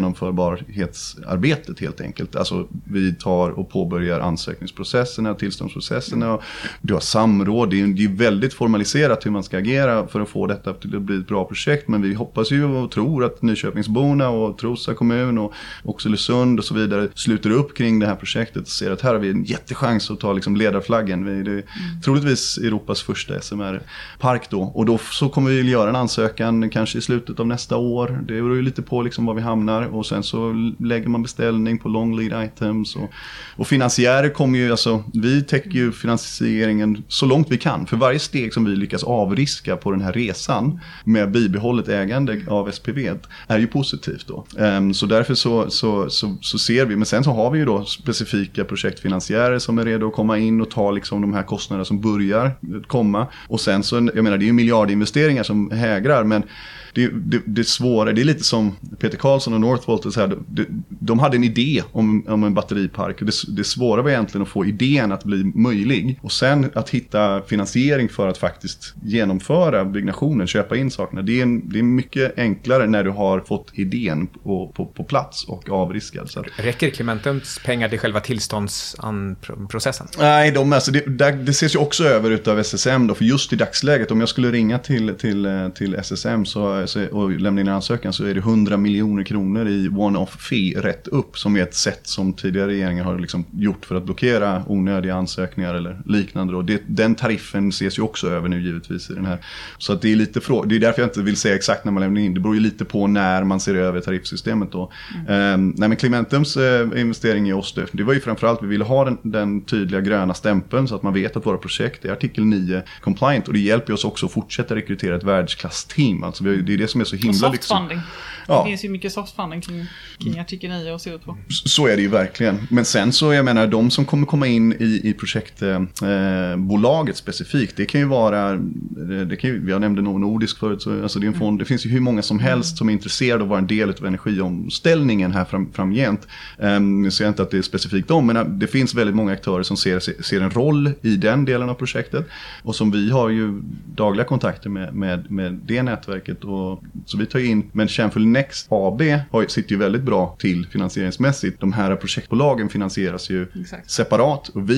genomförbarhetsarbetet helt enkelt. Alltså vi tar och påbörjar ansökningsprocesserna, tillståndsprocesserna. Och du har samråd. Det är, det är väldigt formaliserat hur man ska agera för att få detta till att bli ett bra projekt. Men vi hoppas ju och tror att Nyköpingsborna och Trosa kommun och Oxelösund och så vidare sluter upp kring det här projektet och ser att här har vi en jättechans att ta liksom ledarflaggen. Vi är det, mm. troligtvis Europas första S M R-park då. Och då så kommer vi göra en ansökan kanske i slutet av nästa år. Det beror ju lite på liksom var vi hamnar. Och sen så lägger man beställning på long lead items. Och, och finansiärer kommer ju, alltså vi täcker ju finansieringen så långt vi kan. För varje steg som vi lyckas avriska på den här resan med bibehållet ägande av S P V är ju positivt då. Um, så därför så, så, så, så ser vi, men sen så har vi ju då specifika projektfinansiärer som är redo att komma in och ta liksom de här kostnaderna som börjar komma. Och sen så, jag menar det är ju miljardinvesteringar som hägrar, men Det, det, det är svårare, det är lite som Peter Karlsson och Northvolt och så här, de, de hade en idé om, om en batteripark. Det, det svåra var egentligen att få idén att bli möjlig och sen att hitta finansiering för att faktiskt genomföra byggnationen, köpa in sakerna. Det är, en, det är mycket enklare när du har fått idén på, på, på plats och avriskad. Så. Räcker Clementums pengar till själva tillståndsprocessen? Nej, de, alltså det, det, det ses ju också över utav S S M då, för just i dagsläget, om jag skulle ringa till, till, till S S M så och lämna in en ansökan så är det hundra miljoner kronor i one-off fee rätt upp, som är ett sätt som tidigare regeringar har liksom gjort för att blockera onödiga ansökningar eller liknande. Och det, den tariffen ses ju också över nu givetvis i den här. Så att det är lite frå- det är därför jag inte vill säga exakt när man lämnar in. Det beror ju lite på när man ser över tariffsystemet då. Mm. Um, nej men Clementums uh, investering i oss, det var ju framförallt vi ville ha den, den tydliga gröna stämpeln så att man vet att våra projekt är artikel nio compliant, och det hjälper oss också att fortsätta rekrytera ett världsklassteam. Alltså vi, det är det som är så himla och liksom. Softfunding. Ja. Det finns ju mycket softfunding kring, kring artikel nio och C O två. Så är det ju verkligen. Men sen så, jag menar, de som kommer komma in i, i projektbolaget eh, specifikt, det kan ju vara, det, det kan ju, jag nämnde nog Nordisk förut, så, alltså det, är en fond, det finns ju hur många som helst som är intresserade av att vara en del av energiomställningen här fram, framgent. Um, jag ser inte att det är specifikt dem, men det finns väldigt många aktörer som ser, ser en roll i den delen av projektet, och som vi har ju dagliga kontakter med, med, med det nätverket, och så vi tar in, men Kärnfull Next A B har, sitter ju väldigt bra till finansieringsmässigt. De här projektbolagen finansieras ju Exakt. separat, och vi täcker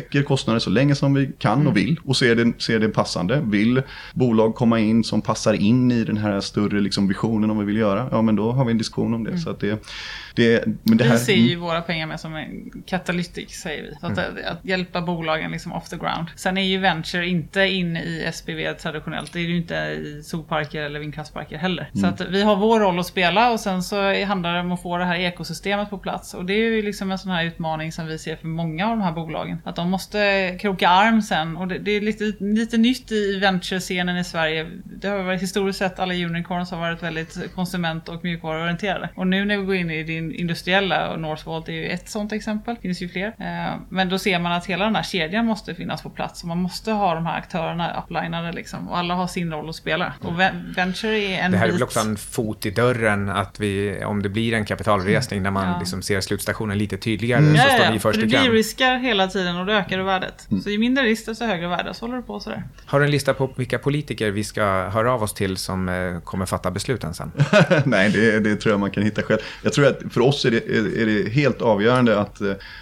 täcker kostnader så länge som vi kan mm. och vill och ser det, ser det passande. Vill bolag komma in som passar in i den här större liksom, visionen om vi vill göra, ja men då har vi en diskussion om det. Mm. Så att det, det, men det här, vi ser ju mm. våra pengar med som en katalytik, säger vi. Så att, mm. att hjälpa bolagen liksom off the ground. Sen är ju venture inte in i S P V traditionellt. Det är ju inte i solparker eller vindkraftparker heller. Mm. Så att vi har vår roll att spela och sen så handlar det om att få det här ekosystemet på plats. Och det är ju liksom en sån här utmaning som vi ser för många av de här bolagen. Att de måste kroka arm sen. Och det, det är lite, lite nytt i venture-scenen i Sverige. Det har varit historiskt sett, alla unicorns har varit väldigt konsument- och mjukvaruorienterade. Och nu när vi går in i din industriella, och Northvolt är ju ett sånt exempel, det finns ju fler. Men då ser man att hela den här kedjan måste finnas på plats och man måste ha de här aktörerna uplinade liksom, och alla har sin roll att spela. Och venture är en Det här bit. är väl också en fot i dörren att vi, om det blir en kapitalresning där man ja. liksom ser slutstationen lite tydligare mm. så ja, står ja, ni först i kram. Det blir risker hela tiden och det ökar värdet. Mm. Så ju mindre risk desto högre värde, så håller det på sådär. Har du en lista på vilka politiker vi ska höra av oss till som eh, kommer fatta besluten sen? Nej, det, det tror jag man kan hitta själv. Jag tror att för oss är det, är, är det helt avgörande att,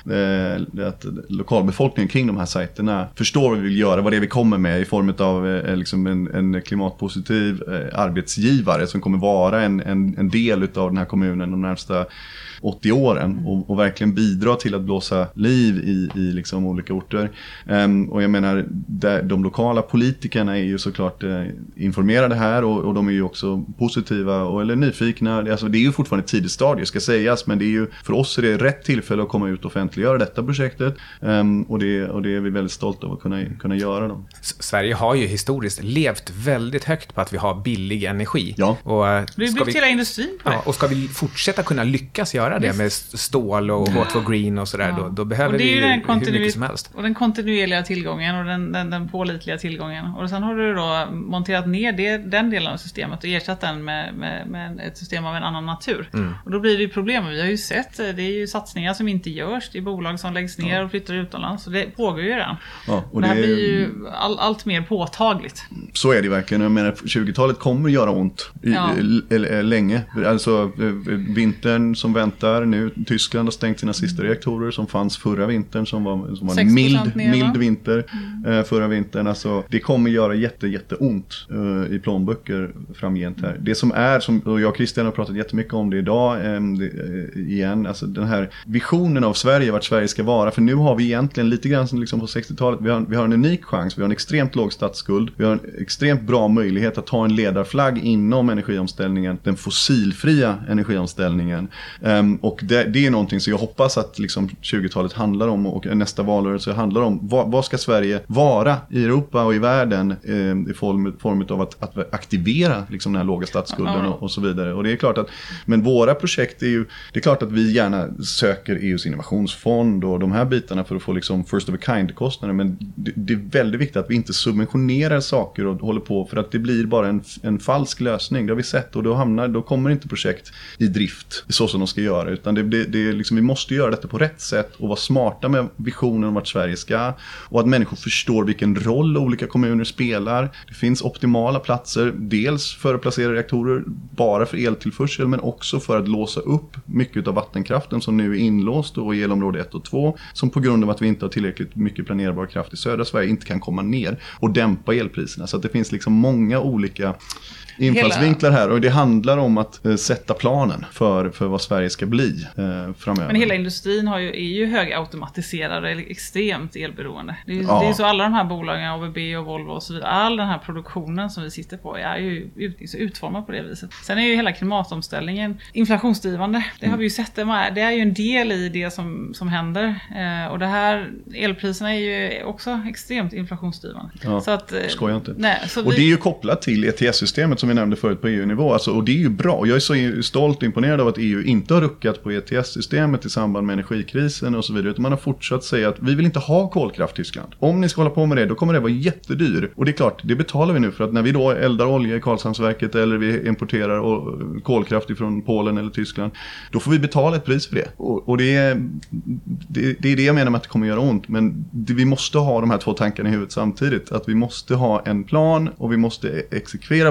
eh, att lokalbefolkningen kring de här sajterna förstår vad vi vill göra, vad det är vi kommer med i form av eh, liksom en, en klimatpositiv eh, arbetsgivare som kommer vara en, en, en del av den här kommunen de närmsta åttio åren och, och verkligen bidra till att blåsa liv i, i liksom olika orter. Um, och jag menar, där, de lokala politikerna är ju såklart eh, informerade här och, och de är ju också positiva och, eller nyfikna. Alltså, det är ju fortfarande ett tidigt stadie ska sägas, men det är ju, för oss är det rätt tillfälle att komma ut och offentliggöra detta projektet um, och, det, och det är vi väldigt stolta av att kunna, kunna göra. Dem. Sverige har ju historiskt levt väldigt högt på att vi har billig energi. Ja. Och, uh, vi har byggt hela industrin på det. Ja, och ska vi fortsätta kunna lyckas göra det med stål och H två Green och sådär, ja. då, då behöver vi ju hur mycket som helst. Och den kontinuerliga tillgången och den, den, den pålitliga tillgången. Och sen har du då monterat ner det, den delen av systemet och ersatt den med, med, med ett system av en annan natur. Mm. Och då blir det ju problem. Vi har ju sett, det är ju satsningar som inte görs. Det är bolag som läggs ner ja. och flyttar utomlands. Så det pågår ju redan. Ja, och det, det här blir ju all, allt mer påtagligt. Så är det verkligen. Jag menar, tjugotalet kommer göra ont i, ja. l, l, l, länge. Alltså vintern som väntar nu. Tyskland har stängt sina sista reaktorer som fanns förra vintern som var, som var en mild, mild vinter mm. eh, förra vintern. Alltså, det kommer göra jätte, jätte ont eh, i plånböcker framgent här. Det som är, som, och jag och Christian har pratat jättemycket om det idag eh, det, eh, igen, alltså den här visionen av Sverige, vart Sverige ska vara. För nu har vi egentligen lite grann som liksom på sextiotalet, vi har, vi har en unik chans, vi har en extremt låg statsskuld, vi har en extremt bra möjlighet att ta en ledarflagg inom energiomställningen, den fossilfria energiomställningen. Um, och det, det är någonting som jag hoppas att liksom tjugotalet handlar om och nästa valrörelse handlar om. Vad, vad ska Sverige vara i Europa och i världen eh, i form, form av att, att aktivera liksom den här låga statsskulden och, och så vidare. Och det är klart att, men våra projekt är ju, det är klart att vi gärna söker E U:s innovationsfond och de här bitarna för att få liksom first of a kind-kostnader, men det, det är väldigt viktigt att vi inte subventionerar saker och håller på, för att det blir bara en, en falsk lösning. Det har vi sett och då hamnar, då kommer inte projekt i drift så som de ska göra, utan det, det, det är liksom, vi måste göra detta på rätt sätt och vara smarta med visionen om vart Sverige ska, och att människor förstår vilken roll olika kommuner spelar. Det finns optimala platser, dels för att placera reaktorer bara för eltillförsel, men också för att låsa upp mycket av vattenkraften som nu är inlåst och i elområde ett och två, som på grund av att vi inte har tillräckligt mycket planerbar kraft i södra Sverige inte kan komma ner och dämpa elpriserna. Så att det finns liksom många olika infallsvinklar här, och det handlar om att eh, sätta planen för, för vad Sverige ska bli eh, framöver. Men hela industrin har ju, är ju högautomatiserad och extremt elberoende. Det är, ja. det är så alla de här bolagen, A B B och Volvo och så vidare, all den här produktionen som vi sitter på är ju ut, så utformad på det viset. Sen är ju hela klimatomställningen inflationsdrivande. Det har vi ju sett, det är ju en del i det som, som händer. Eh, och det här, elpriserna är ju också extremt inflationsdrivande. Ja, så att, eh, skojar inte. Nej, så och vi, det är ju kopplat till E T S-systemet som vi nämnde förut på E U-nivå. Alltså, och det är ju bra. Jag är så stolt och imponerad av att E U inte har ruckat på E T S-systemet i samband med energikrisen och så vidare. Utan man har fortsatt säga att vi vill inte ha kolkraft i Tyskland. Om ni ska hålla på med det, då kommer det vara jättedyr. Och det är klart, det betalar vi nu, för att när vi då eldar olja i Karlshamnsverket eller vi importerar kolkraft ifrån Polen eller Tyskland, då får vi betala ett pris för det. Och, och det, är, det, det är det jag menar med att det kommer göra ont. Men det, vi måste ha de här två tankarna i huvudet samtidigt. Att vi måste ha en plan och vi måste exekvera på den planen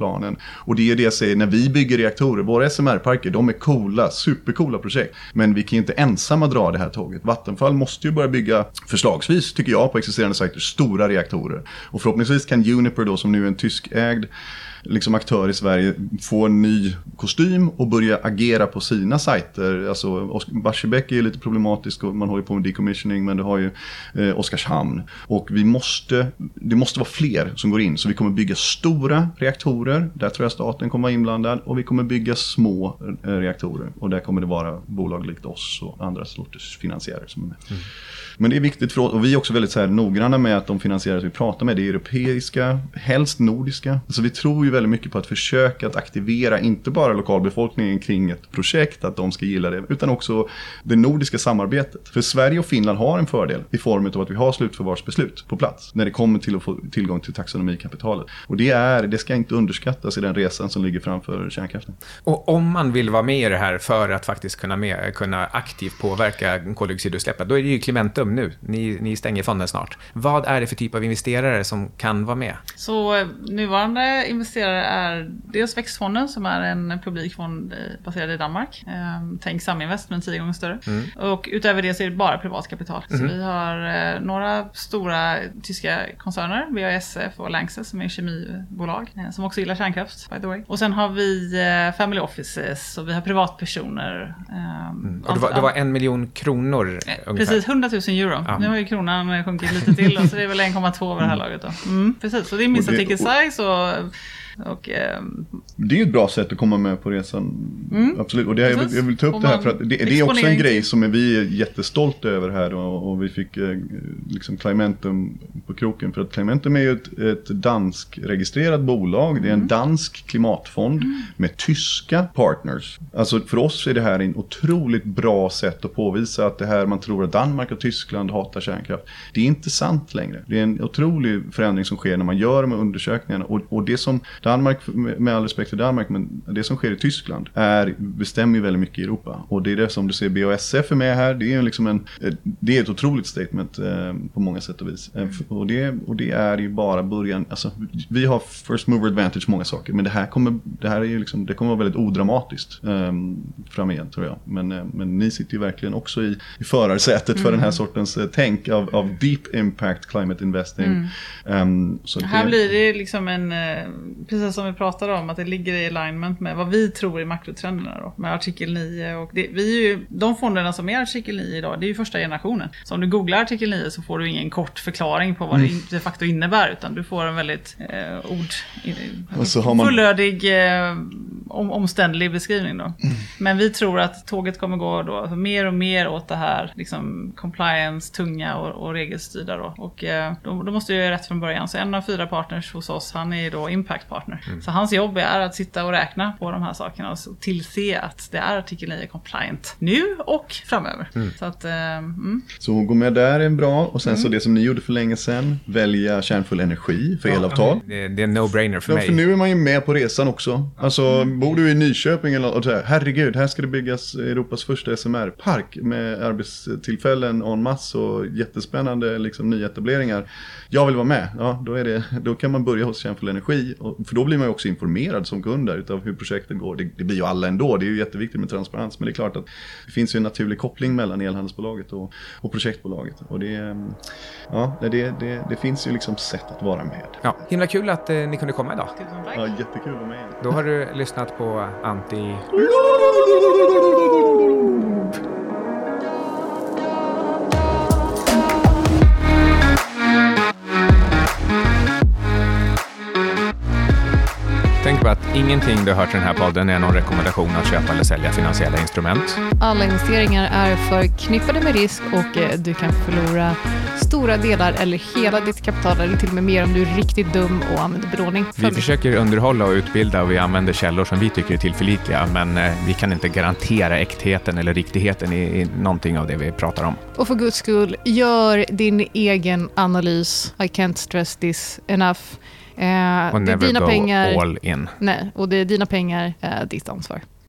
planen. Och det är det jag säger, när vi bygger reaktorer, våra S M R-parker, de är coola, supercoola projekt. Men vi kan inte ensamma dra det här tåget. Vattenfall måste ju börja bygga, förslagsvis tycker jag, på existerande sajter, stora reaktorer. Och förhoppningsvis kan Uniper då, som nu är en tyskägd liksom aktör i Sverige, få en ny kostym och börja agera på sina sajter. Alltså Barsebäck är ju lite problematisk och man håller på med decommissioning, men det har ju eh, Oskarshamn. Och vi måste, det måste vara fler som går in, så vi kommer bygga stora reaktorer, där tror jag staten kommer vara inblandad, och vi kommer bygga små eh, reaktorer, och där kommer det vara bolag likt oss och andra sorters finansiärer som är med. Mm. Men det är viktigt för oss, och vi är också väldigt så här noggranna med att de finansiärer vi pratar med, det är europeiska, helst nordiska. Så vi tror ju väldigt mycket på att försöka att aktivera inte bara lokalbefolkningen kring ett projekt, att de ska gilla det, utan också det nordiska samarbetet. För Sverige och Finland har en fördel i form av att vi har slutförvarsbeslut på plats när det kommer till att få tillgång till taxonomikapitalet. Och det, är, det ska inte underskattas i den resan som ligger framför kärnkraften. Och om man vill vara med i det här för att faktiskt kunna, med, kunna aktivt påverka koldioxidutsläppen, då är det ju Clementum nu. Ni, ni stänger fonden snart. Vad är det för typ av investerare som kan vara med? Så nuvarande investerare är dels Växtfonden, som är en publikfond baserad i Danmark. Ehm, tänk Saminvest, men tio gånger större. Mm. Och utöver det så är det bara privatkapital. Mm. Så vi har eh, några stora tyska koncerner, V A S F och Lanxess, som är kemibolag, eh, som också gillar kärnkraft, by the way. Och sen har vi eh, family offices, och vi har privatpersoner. Ehm, mm. Och det var, det var en miljon kronor eh, ungefär. Precis, hundratusen euro. Ja. Nu har ju kronan sjunkit lite till, och så det är väl en komma två över det här laget då. Mm, precis, så det är minsta ticket size och... Och, eh, det är ju ett bra sätt att komma med på resan. Mm. Absolut. Och det här, jag, vill, jag vill ta upp det här för att det, det är också en grej som är vi är jättestolta över här, och, och vi fick eh, liksom Clementum på kroken, för att Clementum är ju ett, ett dansk-registrerat bolag. Det är en dansk klimatfond mm. med tyska partners. Alltså för oss är det här en otroligt bra sätt att påvisa att det här man tror att Danmark och Tyskland hatar kärnkraft. Det är inte sant längre. Det är en otrolig förändring som sker när man gör de här undersökningarna, och, och det som Danmark, med all respekt för Danmark, men det som sker i Tyskland är, bestämmer ju väldigt mycket i Europa. Och det är det som du ser, B A S F är med här. Det är liksom en, det är ett otroligt statement eh, på många sätt och vis. Mm. Och, det, och det är ju bara början. Alltså, vi har first mover advantage många saker, men det här kommer, det här är ju liksom, det kommer vara väldigt odramatiskt eh, fram igen, tror jag. Men, eh, men ni sitter ju verkligen också i, i förarsätet mm. för den här sortens eh, tänk av, av deep impact climate investing. Mm. Um, så här det, blir det liksom en... Eh, precis som vi pratade om, att det ligger i alignment med vad vi tror är makrotrenderna då, med artikel nio. Och det, vi är ju, de fonderna som är artikel nio idag, det är ju första generationen. Så om du googlar artikel nio så får du ingen kort förklaring på vad mm. det de facto innebär, utan du får en väldigt eh, ord, man... fullödig, eh, om, omständlig beskrivning då. Mm. Men vi tror att tåget kommer gå då alltså mer och mer åt det här liksom compliance, tunga och, och regelstyrda då. Och eh, då, då måste jag göra rätt från början. Så en av fyra partners hos oss, han är då impact partner. Mm. Så hans jobb är att sitta och räkna på de här sakerna och tillse att det är artikel nio compliant nu och framöver. Mm. Så att, eh, mm. Så gå med där är bra, och sen mm. så det som ni gjorde för länge sedan, välja kärnfull energi för ja, elavtal. Det, det är en no-brainer för ja, mig. För nu är man ju med på resan också. Alltså, mm. bor du i Nyköping eller och så här, herregud, här ska det byggas Europas första S M R-park med arbetstillfällen en masse och jättespännande liksom, nyetableringar. Jag vill vara med. Ja, då, är det, då kan man börja hos kärnfull energi, och, för då blir man ju också informerad som kund utav hur projekten går. Det, det blir ju alla ändå, det är ju jätteviktigt med transparens, men det är klart att det finns ju en naturlig koppling mellan elhandelsbolaget och, och projektbolaget. Och det, ja, det, det, det finns ju liksom sätt att vara med. Ja, himla kul att eh, ni kunde komma idag. Ja, jättekul att vara med. Då har du lyssnat på Anti... Tänk på att ingenting du har hört i den här podden är någon rekommendation att köpa eller sälja finansiella instrument. Alla investeringar är förknippade med risk, och du kan förlora stora delar eller hela ditt kapital, eller till och med mer om du är riktigt dum och använder belåning. Vi försöker underhålla och utbilda, och vi använder källor som vi tycker är tillförlitliga, men vi kan inte garantera äktheten eller riktigheten i, i någonting av det vi pratar om. Och för guds skull, gör din egen analys. I can't stress this enough. Eh, och det är never dina go pengar, all in. Nej, och det är dina pengar, eh, ditt ansvar.